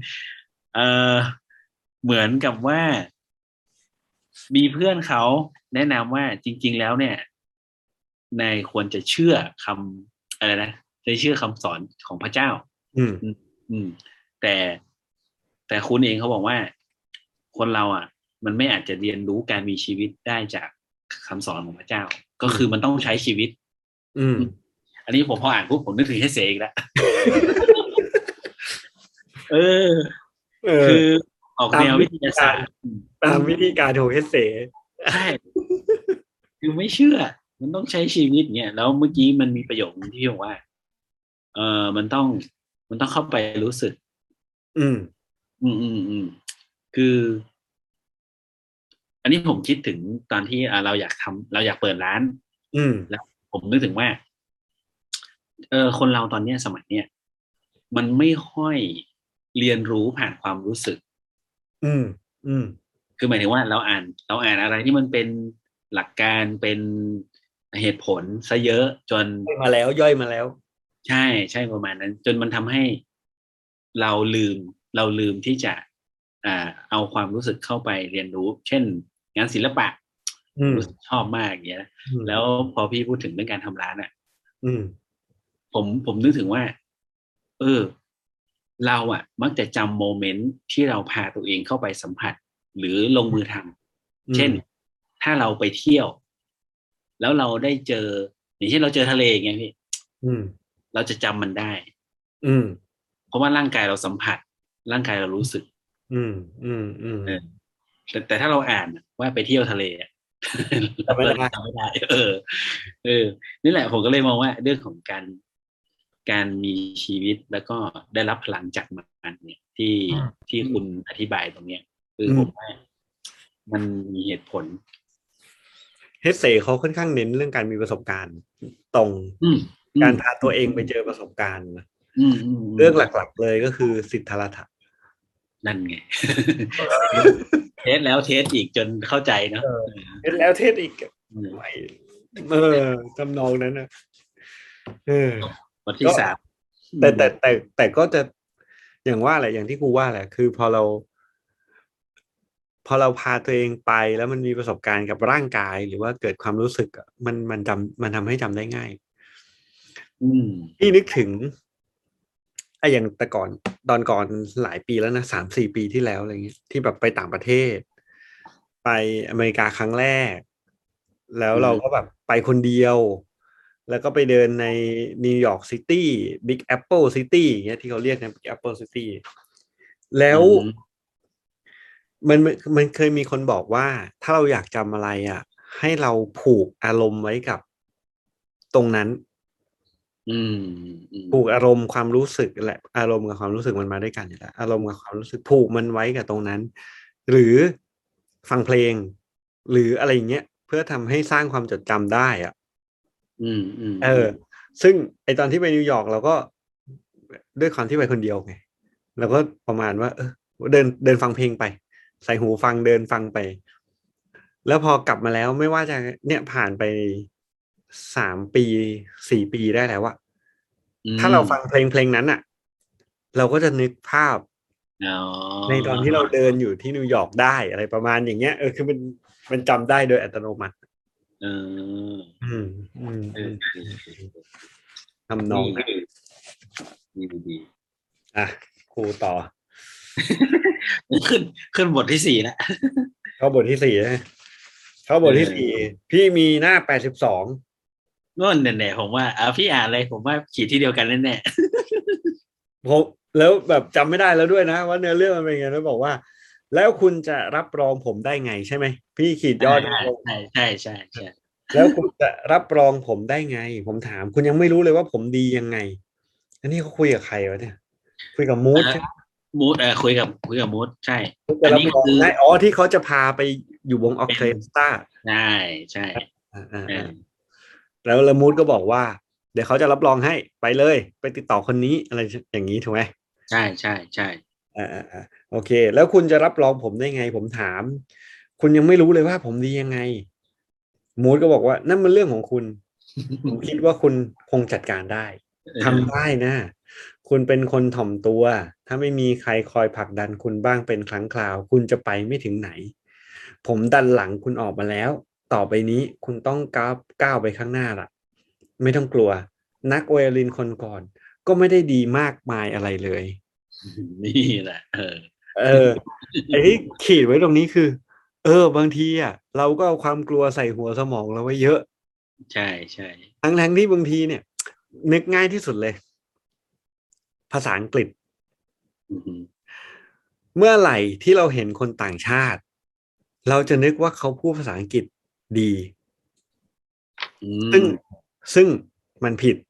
เหมือนกับว่ามีเพื่อนเขาแนะนำว่าจริงๆแล้วเนี่ยนายควรจะเชื่อคำอะไรนะจะเชื่อคำสอนของพระเจ้าแต่คุณเองเขาบอกว่าคนเราอ่ะมันไม่อาจจะเรียนรู้การมีชีวิตได้จากคำสอนของพระเจ้าก็คือมันต้องใช้ชีวิตอันนี้ผมพออ่านปุ๊บผมนึกถึงเฮเซอีกแล้วคือออกแนววิทยาศาสตร์ตามวิธีการของเฮเซใช่คือไม่เชื่อมันต้องใช้ชีวิตเนี่ยแล้วเมื่อกี้มันมีประโยคที่บอกว่ามันต้องเข้าไปรู้สึกคือ อันนี้ผมคิดถึงตอนที่เราอยากเปิดร้านแล้วผมนึกถึงว่าคนเราตอนเนี้ยสมัยเนี้ยมันไม่ค่อยเรียนรู้ผ่านความรู้สึกคือหมายถึงว่าเราอ่านอะไรที่มันเป็นหลักการเป็นเหตุผลซะเยอะจนย่อยมาแล้วใช่ประมาณนั้นจนมันทำให้เราลืมที่จะเอาความรู้สึกเข้าไปเรียนรู้เช่นงานศิลปะรู้สึกชอบมากอย่างเงี้ยแล้วพอพี่พูดถึงเรื่องการทำร้านอ่ะผมนึกถึงว่าเราอ่ะมักจะจำโมเมนต์ที่เราพาตัวเองเข้าไปสัมผัสหรือลงมือทำเช่นถ้าเราไปเที่ยวแล้วเราได้เจออย่างเช่นเราเจอทะเลอย่างเงี้ยพี่เราจะจำมันได้เพราะว่าร่างกายเราสัมผัสร่างกายเรารู้สึกแต่ถ้าเราอ่านว่าไปเที่ยวทะเลจำไม่ได้ นี่แหละผมก็เลยมองว่าเรื่องของการมีชีวิตแล้วก็ได้รับพลังจากมันเนี่ยที่คุณอธิบายตรงเนี้ยผมว่ามันมีเหตุผลเฮเซเขาค่อนข้างเน้นเรื่องการมีประสบการณ์ตรงการพาตัวเองไปเจอประสบการณ์เรื่องหลักๆเลยก็คือสิทธารัตถะนั่นไง เทสแล้วเทสอีกจนเข้าใจเนาะเทสแล้วเทสอีกไม่ทำนองนั้นนะบทที่สามแต่ก็จะอย่างว่าแหละอย่างที่ครูว่าแหละคือพอเราพาตัวเองไปแล้วมันมีประสบการณ์กับร่างกายหรือว่าเกิดความรู้สึกมันทำให้จำได้ง่ายที่นึกถึงอย่างแต่ก่อนตอนก่อนหลายปีแล้วนะ3-4 ปีที่แล้วอะไรเงี้ยที่แบบไปต่างประเทศไปอเมริกาครั้งแรกแล้วเราก็แบบไปคนเดียวแล้วก็ไปเดินในนิวยอร์กซิตี้บิ๊กแอปเปิลซิตี้อย่างเงี้ยที่เขาเรียกกันบิ๊กแอปเปิลซิตี้แล้วอืมมันมันเคยมีคนบอกว่าถ้าเราอยากจำอะไรอ่ะให้เราผูกอารมณ์ไว้กับตรงนั้นอืมอืมผูกอารมณ์ความรู้สึกแหละอารมณ์กับความรู้สึกมันมาด้วยกันอยู่แล้วอารมณ์กับความรู้สึกผูกมันไว้กับตรงนั้นหรือฟังเพลงหรืออะไรอย่างเงี้ยเพื่อทำให้สร้างความจดจำได้อ่ะอืมอืมเออซึ่งไอตอนที่ไปนิวยอร์กเราก็ด้วยความที่ไปคนเดียวไงเราก็ประมาณว่าเดินฟังเพลงไปใส่หูฟังเดินฟังไปแล้วพอกลับมาแล้วไม่ว่าจะเนี่ยผ่านไป3 ปี4 ปีได้แล้วอะอืถ้าเรามฟังเพลงนั้นอะเราก็จะนึกภาพอ๋อในตอนที่เราเดินอยู่ที่นิวยอร์กได้อะไรประมาณอย่างเงี้ยคือมันจำได้โดยอัตโนมัติเอออืมอืมเอออืมเออเออทำนอนี่งนะดีดีอ่ะครูต่อขึ้นขึ้นบทที่สี่แล้วเข้าบทที่สี่นะเข้าบเอทที่สี่อพี่มีหน้า82 นู่นแน่ๆผมว่าพี่อ่านเลยผมว่าขีดที่เดียวกันแน่ผมแล้วแบบจำไม่ได้แล้วด้วยนะว่าเนื้อเรื่องมันเป็นไงแล้วบอกว่าแล้วคุณจะรับรองผมได้ไงใช่ไหมพี่ขีดๆใช่ยอดลงใช่ใช่ใช่ใช่แล้วคุณจะรับรองผมได้ไงผมถามคุณยังไม่รู้เลยว่าผมดียังไงอันนี้เขาคุยกับใครวะเนี่ยคุยกับมูเออดใช่ไหมมูดคุยกับมูดใช่เขาจะอันนี้คือรับรองได้อ๋อที่เขาจะพาไปอยู่วงออร์เป็นเคสตราใช่ใช่อ่าอ่าเออ่าอแล้วละมูดก็บอกว่าเดี๋ยวเขาจะรับรองให้ไปเลยไปติดต่อคนนี้อะไรอย่างนี้ถูกไหมใช่ใช่ใช่โอเคแล้วคุณจะรับรองผมได้ไงผมถามคุณยังไม่รู้เลยว่าผมดียังไงมูดก็บอกว่านั่นมันเรื่องของคุณผมคิดว่าคุณคงจัดการได้เอทำได้อนะคุณเป็นคนถ่อมตัวถ้าไม่มีใครคอยผลักดันคุณบ้างเป็นครั้งคราวคุณจะไปไม่ถึงไหนผมดันหลังคุณออกมาแล้วต่อไปนี้คุณต้องก้าวไปข้างหน้าล่ะไม่ต้องกลัวนักไวโอลินคนก่อนก็ไม่ได้ดีมากมายอะไรเลยนี่แหละเออไอ้ที่ขีดไว้ตรงนี้คือบางทีเราก็เอาความกลัวใส่หัวสมองเราไว้เยอะใช่ใช่ทั้งที่บางทีเนี่ยนึกง่ายที่สุดเลยภาษาอังกฤษอืมเมื่อไหร่ที่เราเห็นคนต่างชาติเราจะนึกว่าเขาพูดภาษาอังกฤษดีอืซึ่งมซึ่งมันผิด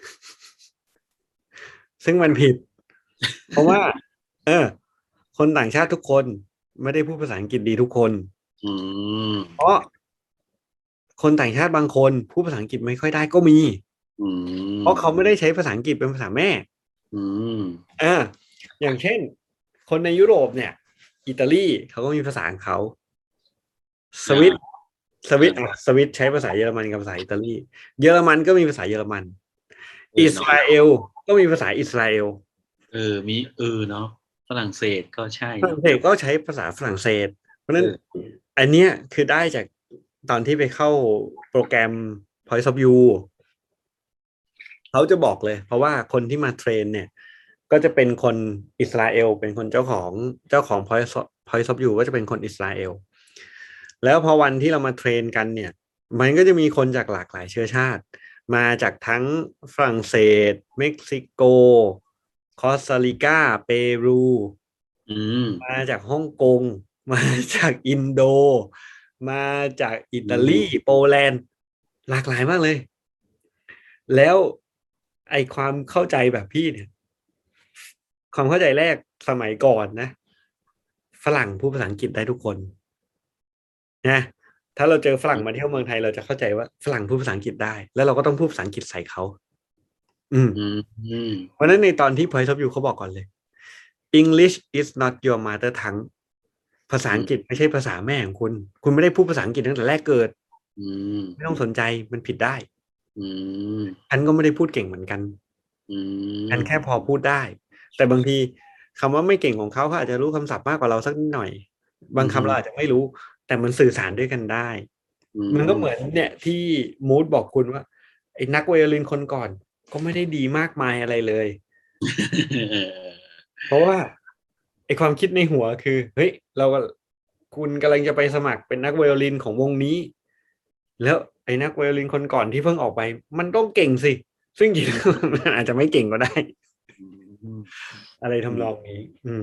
ซึ่งมันผิดเพราะว่าเออคนต่างชาติทุกคนไม่ได้พูดภาษาอังกฤษดีทุกคนอืมเพราะคนต่างชาติบางคนพูดภาษาอังกฤษไม่ค่อยได้ก็มีอืเพมราะเขาไม่ได้ใช้ภาษาอังกฤษเป็นภาษาแม่อืมอ่าอย่างเช่นคนในยุโรปเนี่ยอิตาลีเขาก็มีภาษาของเขาสอ่าวิตสวิตอ่าสวิตใช้ภาษาเยอรมันกับภาษาอิตาลีเยอรมันก็มีภาษาเยอรมันอิสเนาะราเอลก็มีภาษาอิสราเอลมีเนาะฝรั่งเศสก็ใช่ฝรั่เนาะงเศสก็ใช้ภาษาฝรั่งเศสเพราะฉะนั้นเอออันเนี้ยคือได้จากตอนที่ไปเข้าโปรแกรม Point of View เขาจะบอกเลยเพราะว่าคนที่มาเทรนเนี่ยก็จะเป็นคนอิสราเอลเป็นคนเจ้าของ Point of View ก็จะเป็นคนอิสราเอลแล้วพอวันที่เรามาเทรนกันเนี่ยมันก็จะมีคนจากหลากหลายเชื้อชาติมาจากทั้งฝรั่งเศสเม็กซิโกคอสตาริกาเปรูอืมมาจากฮ่องกงมาจากอินโดมาจากอิอืตาลีมโปแลนด์หลากหลายมากเลย แล้วไอความเข้าใจแบบพี่เนี่ยความเข้าใจแรกสมัยก่อนนะฝรั่งพูดภาษาอังกฤษได้ทุกคนนะถ้าเราเจอฝรั่งมาเที่ยวเมืองไทยเราจะเข้าใจว่าฝรั่งพูดภาษาอังกฤษได้แล้วเราก็ต้องพูดภาษาอังกฤษใส่เขาอืมอืมอืมเพราะฉะนั้นในตอนที่ Point of View เขาบอกก่อนเลย English is not your mother tongue ภาษาอังกฤษไม่ใช่ภาษาแม่ของคุณคุณไม่ได้พูดภาษาอังกฤษตั้งแต่แรกเกิดอืมไม่ต้องสนใจมันผิดได้อืมฉันก็ไม่ได้พูดเก่งเหมือนกันอือันแค่มพอพูดได้ แต่บางทีคำว่าไม่เก่งของเขาอาจจะรู้คำศัพท์มากกว่าเราสักนิดหน่อยบางคำเราอาจจะไม่รู้แต่มันสื่อสารด้วยกันได้อืมันก็เหมือนมเนี่ยที่มูดบอกคุณว่าไอ้นักไวโอลินคนก่อนก็ไม่ได้ดีมากมายอะไรเลยเออเพราะว่าไอ้ความคิดในหัวคือเฮ้ยคุณกำลังจะไปสมัครเป็นนักไวโอลินของวงนี้แล้วไอ้นักไวโอลินคนก่อนที่เพิ่งออกไปมันต้องเก่งสิซึ่งจริงๆมันอาจจะไม่เก่งก็ได้อืมอะไรอืมทำนองนี้ อืมอื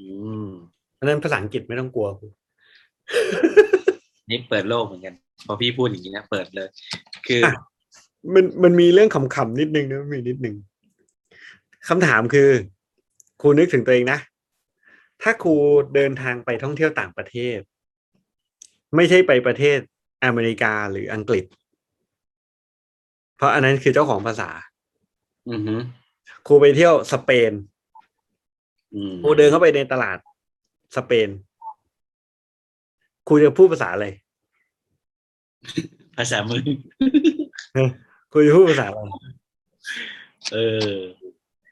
อืมเพราะฉะนั้นภาษาอังกฤษไม่ต้องกลัวนี่เปิดโลกเหมือนกันพอพี่พูดอย่างนี้นะเปิดเลย คืออ่ะมันมีเรื่องขำๆนิดนึงนะมีนิดนึงคำถามคือครูนึกถึงตัวเองนะถ้าครูเดินทางไปท่องเที่ยวต่างประเทศไม่ใช่ไปประเทศอเมริกาหรืออังกฤษเพราะอันนั้นคือเจ้าของภาษาอือฮึครูไปเที่ยวสเปนอืมครูเดินเข้าไปในตลาดสเปนครูจะพูดภาษาอะไรภาษามือครูจะพูดภาษาอะไรเออ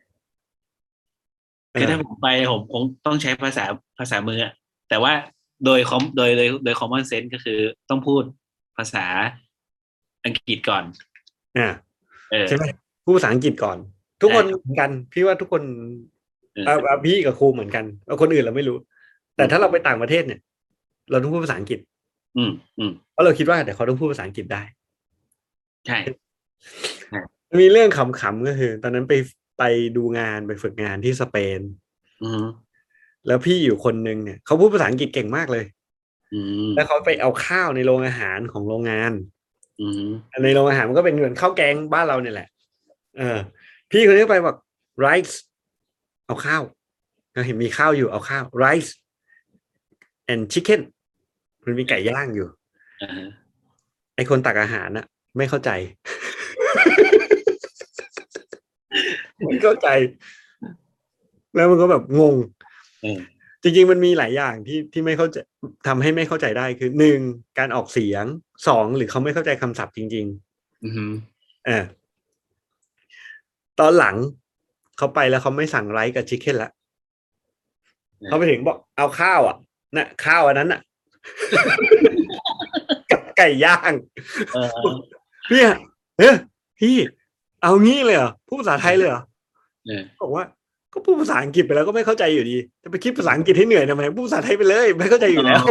คือถ้าผมไปผมคงต้องใช้ภาษามืออะแต่ว่าโดย common sense ก็คือต้องพูดภาษาอังกฤษก่อนอ่าเออใช่ไหมพูดภาษาอังกฤษก่อนทุกคนใช่เหมือนกันพี่ว่าทุกคนเออพี่กับครูเหมือนกันคนอื่นเราไม่รู้แต่ถ้าเราไปต่างประเทศเนี่ยเราต้องพูดภาษาอังกฤษอืมอืมเพราะเราคิดว่าเดี๋ยวเขาต้องพูดภาษาอังกฤษได้ใช่ใช่มีเรื่องขำๆก็คือตอนนั้นไปดูงานไปฝึกงานที่สเปนอืมแล้วพี่อยู่คนนึงเนี่ยเขาพูดภาษาอังกฤษเก่งมากเลยอืมแล้วเขาไปเอาข้าวในโรงอาหารของโรงงานอืมในโรงอาหารมันก็เป็นเหมือนข้าวแกงบ้านเราเนี่ยแหละเออพี่คนนี้ไปบอก rice เอาข้าวเราเห็นมีข้าวอยู่เอาข้าว rice and chicken มันมีไก่ย่างอยู่อ่าฮะไอคนตักอาหารน่ะไม่เข้าใจไม่เข้าใจแล้วมันก็แบบงงเออจริงๆมันมีหลายอย่างที่ไม่เข้าใจทำให้ไม่เข้าใจได้คือหนึ่งการออกเสียงสองหรือเขาไม่เข้าใจคำศัพท์จริงอืมๆตอนหลังเขาไปแล้วเขาไม่สั่งไรซ์กับชิคเก้นละเขาไปถึงบอกเอาข้าวอ่ะน่ะข้าวอันนั้นอ่ะกับไก่ย่างเออพี่อะพี่เอางี้เลยเหรอพูดภาษาไทยเลยเหรอเออบอกว่าก็พูดภาษาอังกฤษไปแล้วก็ไม่เข้าใจอยู่ดีจะไปคิดภาษาอังกฤษให้เหนื่อยทำไมพูดภาษาไทยไปเลยไม่เข้าใจอยู่แล้ว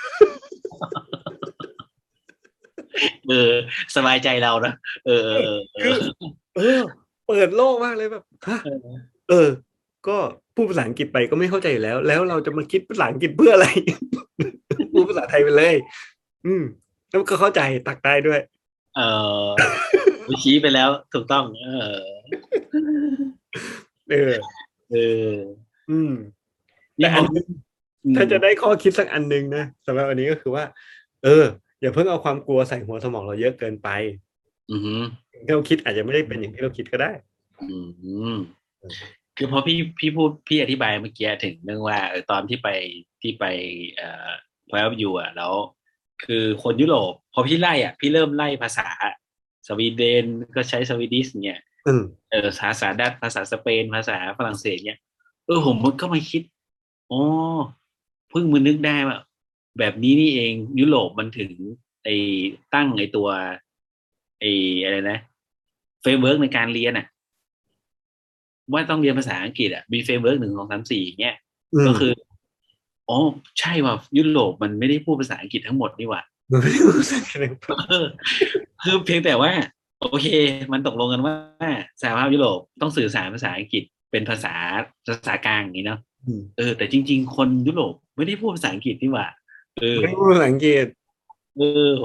เออสบายใจเรานะเออเออเอคืออเออเปิดโลกมากเลยแบบฮะเออเออก็พูดภาษาอังกฤษไปก็ไม่เข้าใจอยู่แล้วแล้วเราจะมาคิดภาษาอังกฤษเพื่ออะไรพูดภาษาไทยไปเลย อืมแล้วก็เข้าใจตักได้ด้วยเออชี้ไปแล้วถูกต้องเออเออเอออืมแต่นี่ผมอันนึงอืมถ้าจะได้ข้อคิดสักอันนึงนะสำหรับอันนี้ก็คือว่าเอออย่าเพิ่งเอาความกลัวใส่หัวสมองเราเยอะเกินไปอืมที่เราคิดอาจจะไม่ได้เป็นอย่างที่เราคิดก็ได้อืมคือพอพี่พูดพี่อธิบายเมื่อกี้ถึงเรื่องว่าตอนที่ไปเอ่อ Point of View อ่ะแล้วคือคนยุโรปพอพี่ไล่อ่ะพี่เริ่มไล่ภาษาสวีเดนก็ใช้สวีดิชเนี่ยอืมภาษาดัตช์ภาษาสเปนภาษาฝรั่งเศสเนี่ยผมก็มาคิดอ๋อเพิ่งมานึกได้ว่าแบบนี้นี่เองยุโรปมันถึงไอ้ตั้งไอ้ตัวไอ้อะไรนะเฟรมเวิร์กในการเรียนอ่ะ ว่าต้องเรียนภาษาอังกฤษอ่ะมีเฟรมเวิร์ก1 2 3 4อย่างเงี้ยอืมก็คืออ๋อใช่ว่ายุโรปมันไม่ได้พูดภาษาอังกฤษทั้งหมดนี่หว่ามันไม่ได้รู้สึกอะไรเออคือเพียงแต่ว่าโอเคมันตกลงกันว่าสหภาพยุโรปต้องสื่อสารภาษาอังกฤษเป็นภาษากลางอย่างนี้เนาะอืมแต่จริงๆคนยุโรปไม่ได้พูดภาษาอังกฤษนี่หว่าเออไม่ได้พูดภาษาอังกฤษเออ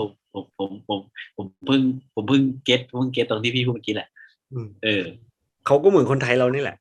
ผมเพิ่งเก็ตตรงที่พี่พูดเมื่อกี้แหละอืมเออเขาก็เหมือนคนไทยเรานี่แหละ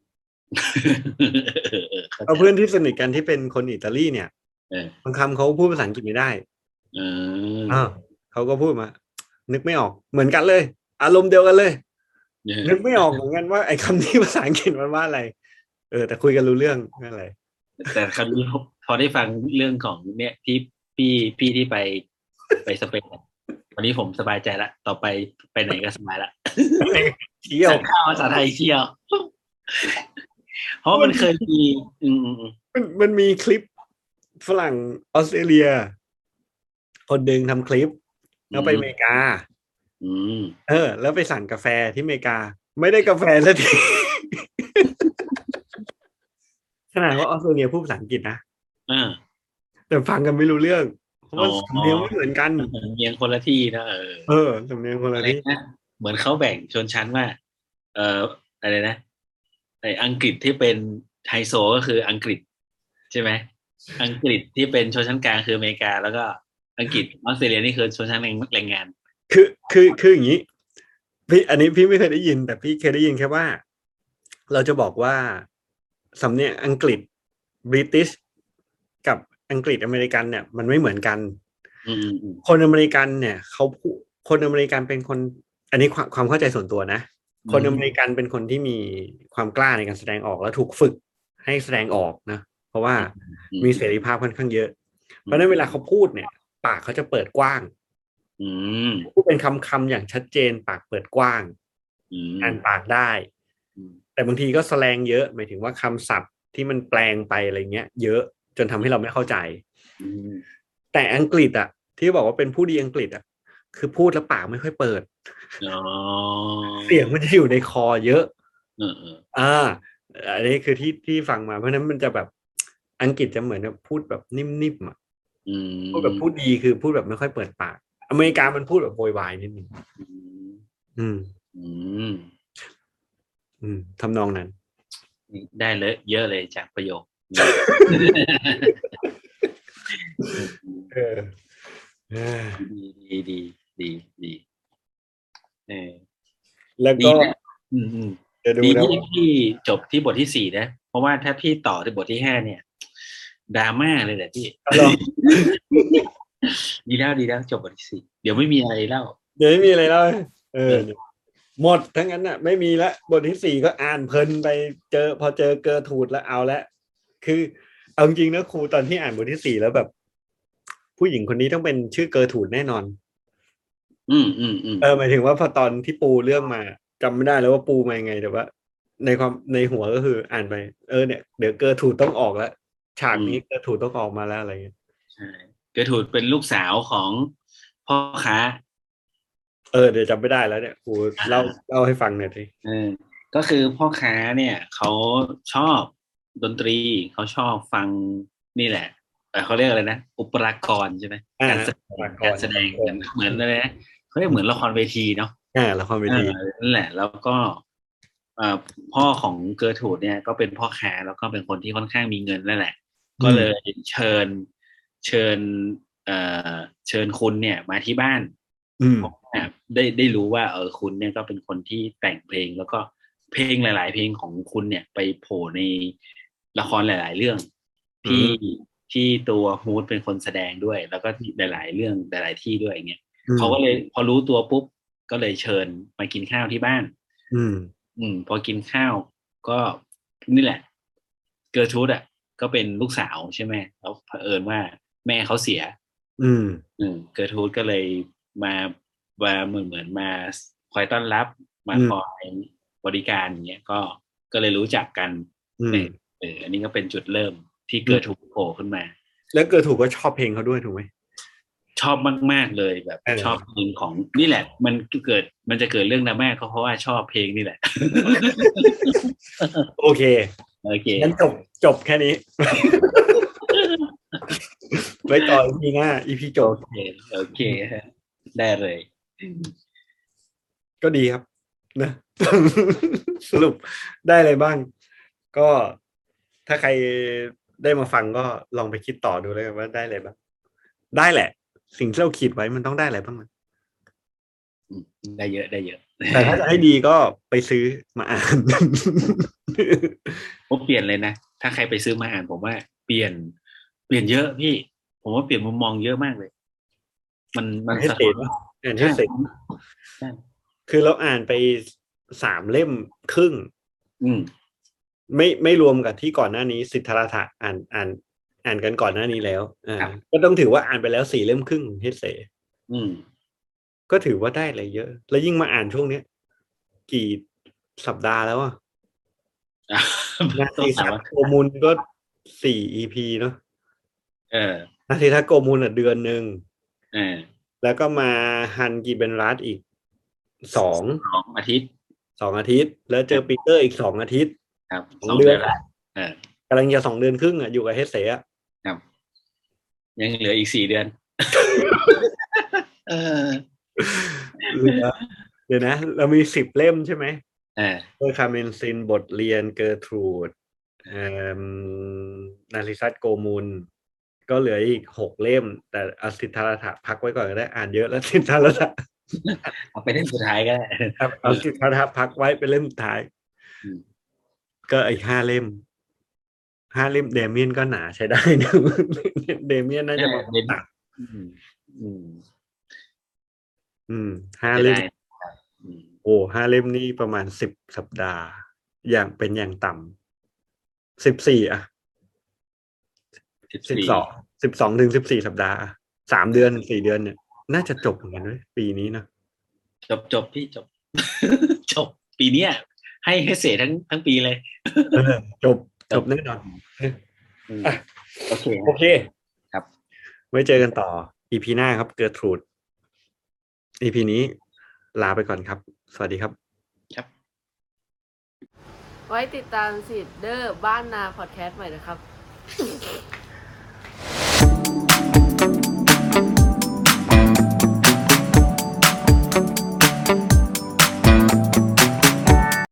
เข้าเอาใจละเพื่อนที่สนิทกันที่เป็นคนอิตาลีเนี่ยเออบางคำเขาพูดภาษาอังกฤษไม่ได้เออ่าอเขาก็พูดมานึกไม่ออกเหมือนกันเลยอารมณ์เดียวกันเลยนึกไม่เออออกเหมือนกันว่าไอ้คำนี้ภาษาอังกฤษมันว่าอะไรแต่คุยกันรู้เรื่องไม่อะไรแต่คราวนี้พอได้ฟังเรื่องของเนี่ยที่พี่พี่ที่ไปสเปนอะวันนี้ผมสบายใจละต่อไปไปไหนก็สบายละเที่ยวสั่งข้าวภาษาไทยเที่ยวเพราะมันเคยมีอืมอืมมันมีคลิปฝรั่งออสเตรเลียคนหนึ่งทำคลิปแล้วไปอเมริกาอืมแล้วไปสั่งกาแฟที่อเมริกาไม่ได้กาแฟสักที ขนาดว่าออสเตรเลียพูดภาษาอังกฤษนะอ่าแต่ฟังกันไม่รู้เรื่องเพราะอ๋ว่าสำเนียงไม่อเหมือนกันเมียงคนละที่นะสำเนียงคนอะไรละที่นะเหมือนเขาแบ่งชนชั้นว่าเอ่ออะไรนะไออังกฤษที่เป็นไฮโซก็คืออังกฤษช่ไหมอังกฤษที่เป็นชนชั้นกลางคืออเมริกาแล้วก็อังกฤษออสเตรเลียนี่คือชนชั้นแรงงานคืออย่างนี้พี่อันนี้พี่ไม่เคยได้ยินแต่พี่เคยได้ยินแค่ว่าเราจะบอกว่าสำเนียงอังกฤษบริติชกับอังกฤษอเมริกันเนี่ยมันไม่เหมือนกันอืมคนอเมริกันเนี่ยเขาคนอเมริกันเป็นคนอันนี้ความเข้าใจส่วนตัวนะคนอเมริกันเป็นคนที่มีความกล้าในการแสดงออกและถูกฝึกให้แสดงออกนะเพราะว่ามีเสรีภาพค่อนข้างเยอะเพราะฉะนั้นเวลาเขาพูดเนี่ยปากเขาจะเปิดกว้างพูดเป็นคำอย่างชัดเจนปากเปิดกว้างอ่านปากได้แต่บางทีก็แสลงเยอะหมายถึงว่าคำศัพท์ที่มันแปลงไปอะไรเงี้ยเยอะจนทำให้เราไม่เข้าใจแต่อังกฤษอ่ะที่บอกว่าเป็นผู้ดีอังกฤษอ่ะคือพูดแล้วปากไม่ค่อยเปิดเสียงมันจะอยู่ในคอเยอะอันนี้คือที่ฟังมาเพราะนั้นมันจะแบบอังกฤษจะเหมือนแบบพูดแบบนิ่มๆอ่ะพูดแบบพูดดีคือพูดแบบไม่ค่อยเปิดปากอเมริกามันพูดแบบโวยวายนิดนึงทำนองนั้นได้เลยเยอะเลยจากประโยคดีแล้วก็ดีที่พี่จบที่บทที่ 4นะเพราะว่าถ้าพี่ต่อที่บทที่ 5เนี่ยดราม่าเลยแหละพี่ดีแล้วจบบทที่ 4เดี๋ยวไม่มีอะไรเล่าหมดทั้งนั้นน่ะไม่มีละบทที่ 4ก็อ่านเพลินไปพอเจอเกอร์ทูดแล้วเอาละคือเอาจริงนะครูตอนที่อ่านบทที่ 4แล้วแบบผู้หญิงคนนี้ต้องเป็นชื่อเกอร์ทูดแน่นอนหมายถึงว่าพอตอนที่ปูเรื่องมาจำไม่ได้แล้วว่าปูมายังไงแต่ว่าในหัวก็คืออ่านไปเนี่ยเดี๋ยวเกอร์ทูดต้องออกแล้วฉากนี้เกอร์ทูดต้องออกมาแล้วอะไรเงี้ยใช่เกอร์ทูดเป็นลูกสาวของพ่อค้าเดี๋ยวจำไม่ได้แล้วเนี่ยครูเล่าให้ฟังหน่อยสิก็คือพ่อค้าเนี่ยเขาชอบดนตรีเขาชอบฟังนี่แหละเขาเรียกอะไรนะอุปกรณ์ใช่ไหมการแสดงเหมือนอะไรนะเขาเรียกเหมือนละครเวทีเนาะละครเวทีนั่นแหละแล้วก็พ่อของเกอร์ทูดเนี่ยก็เป็นพ่อค้าแล้วก็เป็นคนที่ค่อนข้างมีเงินนั่นแหละก็เลยเชิญเชิญคุณเนี่ยมาที่บ้านได้รู้ว่าคุณเนี่ยก็เป็นคนที่แต่งเพลงแล้วก็เพลงหลายๆเพลงของคุณเนี่ยไปโผล่ในละครหลายๆเรื่องที่ตัวฮูดเป็นคนแสดงด้วยแล้วก็หลายๆเรื่องหลายๆที่ด้วยอย่างเงี้ยเขาก็เลยพอรู้ตัวปุ๊บก็เลยเชิญมากินข้าวที่บ้านพอกินข้าวก็นี่แหละเกอร์ทูดอ่ะก็เป็นลูกสาวใช่ไหมแล้วเผอิญว่าแม่เขาเสียเกอร์ทูดก็เลยมาเหมือนมาคอยต้อนรับมาคอยบริการอย่างเงี้ยก็เลยรู้จักกันอันนี้ก็เป็นจุดเริ่มที่เกิดถูกโผล่ขึ้นมาแล้วเกิดถูกก็ชอบเพลงเขาด้วยถูกไหมชอบมากๆเลยแบบชอบเพลงของนี่แหละมันจะเกิดเรื่องดราม่าก็เพราะว่าชอบเพลงนี่แหละโอเคงั้นจบแค่นี้ไว้ต่ออีพีหน้าEPจบโอเคได้เลยก็ดีครับนะสรุปได้อะไรบ้างก็ถ้าใครได้มาฟังก็ลองไปคิดต่อดูเลยว่าได้อะไรบ้างได้แหละสิ่งที่เราคิดไว้มันต้องได้อะไรบ้างได้เยอะแต่ถ้าจะให้ดีก็ไปซื้อมาอ่านผมเปลี่ยนเลยนะถ้าใครไปซื้อมาอ่านผมว่าเปลี่ยนเยอะพี่ผมว่าเปลี่ยนมุมมองเยอะมากเลยมันให้เสร็จอ่านให้เสร็จคือเราอ่านไป3 เล่มครึ่งไม่รวมกับที่ก่อนหน้านี้สิทธาราถะอ่านกันก่อนหน้านี้แล้วก็ต้องถือว่าอ่านไปแล้ว4 เล่มครึ่งเฮเซก็ถือว่าได้อะไรเยอะแล้วยิ่งมาอ่านช่วงนี้กี่สัปดาห์แล้วนาทีทัศน์โกมุลก็4 EP เนาะนาทีทัศน์โกมุลเดือนนึงแล้วก็มาฮันกีเบนรัสอีก2 อาทิตย์แล้วเจอปีเตอร์อีก2 อาทิตย์ครับ 2 เดือนกำลังจะ2 เดือนครึ่งอยู่กับเฮเซครับยังเหลืออีก4 เดือนเดี๋ยวนะเรามี10 เล่มใช่ไหมคาเมนซินบทเรียนเกอร์ทรูดเอ่อนาริซัตโกมุลก็เหลืออีก6 เล่ม แต่เอาสิทธารัตถะพักไว้ก่อนก็ได้อ่านเยอะแล้วสิทธารัตถะเอาไปเล่มสุดท้ายก็ได้ครับเอาสิทธารัตถะพักไว้เป็นเล่มสุดท้าย ก็อีก5 เล่มเดเมียนก็หนาใช้ได้นะ เดเมียนน่าจะประมาณตัด5 เล่มโอ้5 เล่มนี่ประมาณ10 สัปดาห์อย่างเป็นอย่างต่ำ14อ่ะ12 ถึง 14 สัปดาห์3 เดือน 4 เดือนเนี่ยน่าจะจบเหมือนกันด้วยปีนี้นะจบพี่จบ จบปีนี้ให้เสียทั้งปีเลยจบแน่นอนโอเคครับไว้เจอกันต่อ EP หน้าครับเกิร์ทรูด EP นี้ลาไปก่อนครับสวัสดีครับไว้ติดตามซีดเดอร์บ้านนาพอดแคสต์ใหม่นะครับ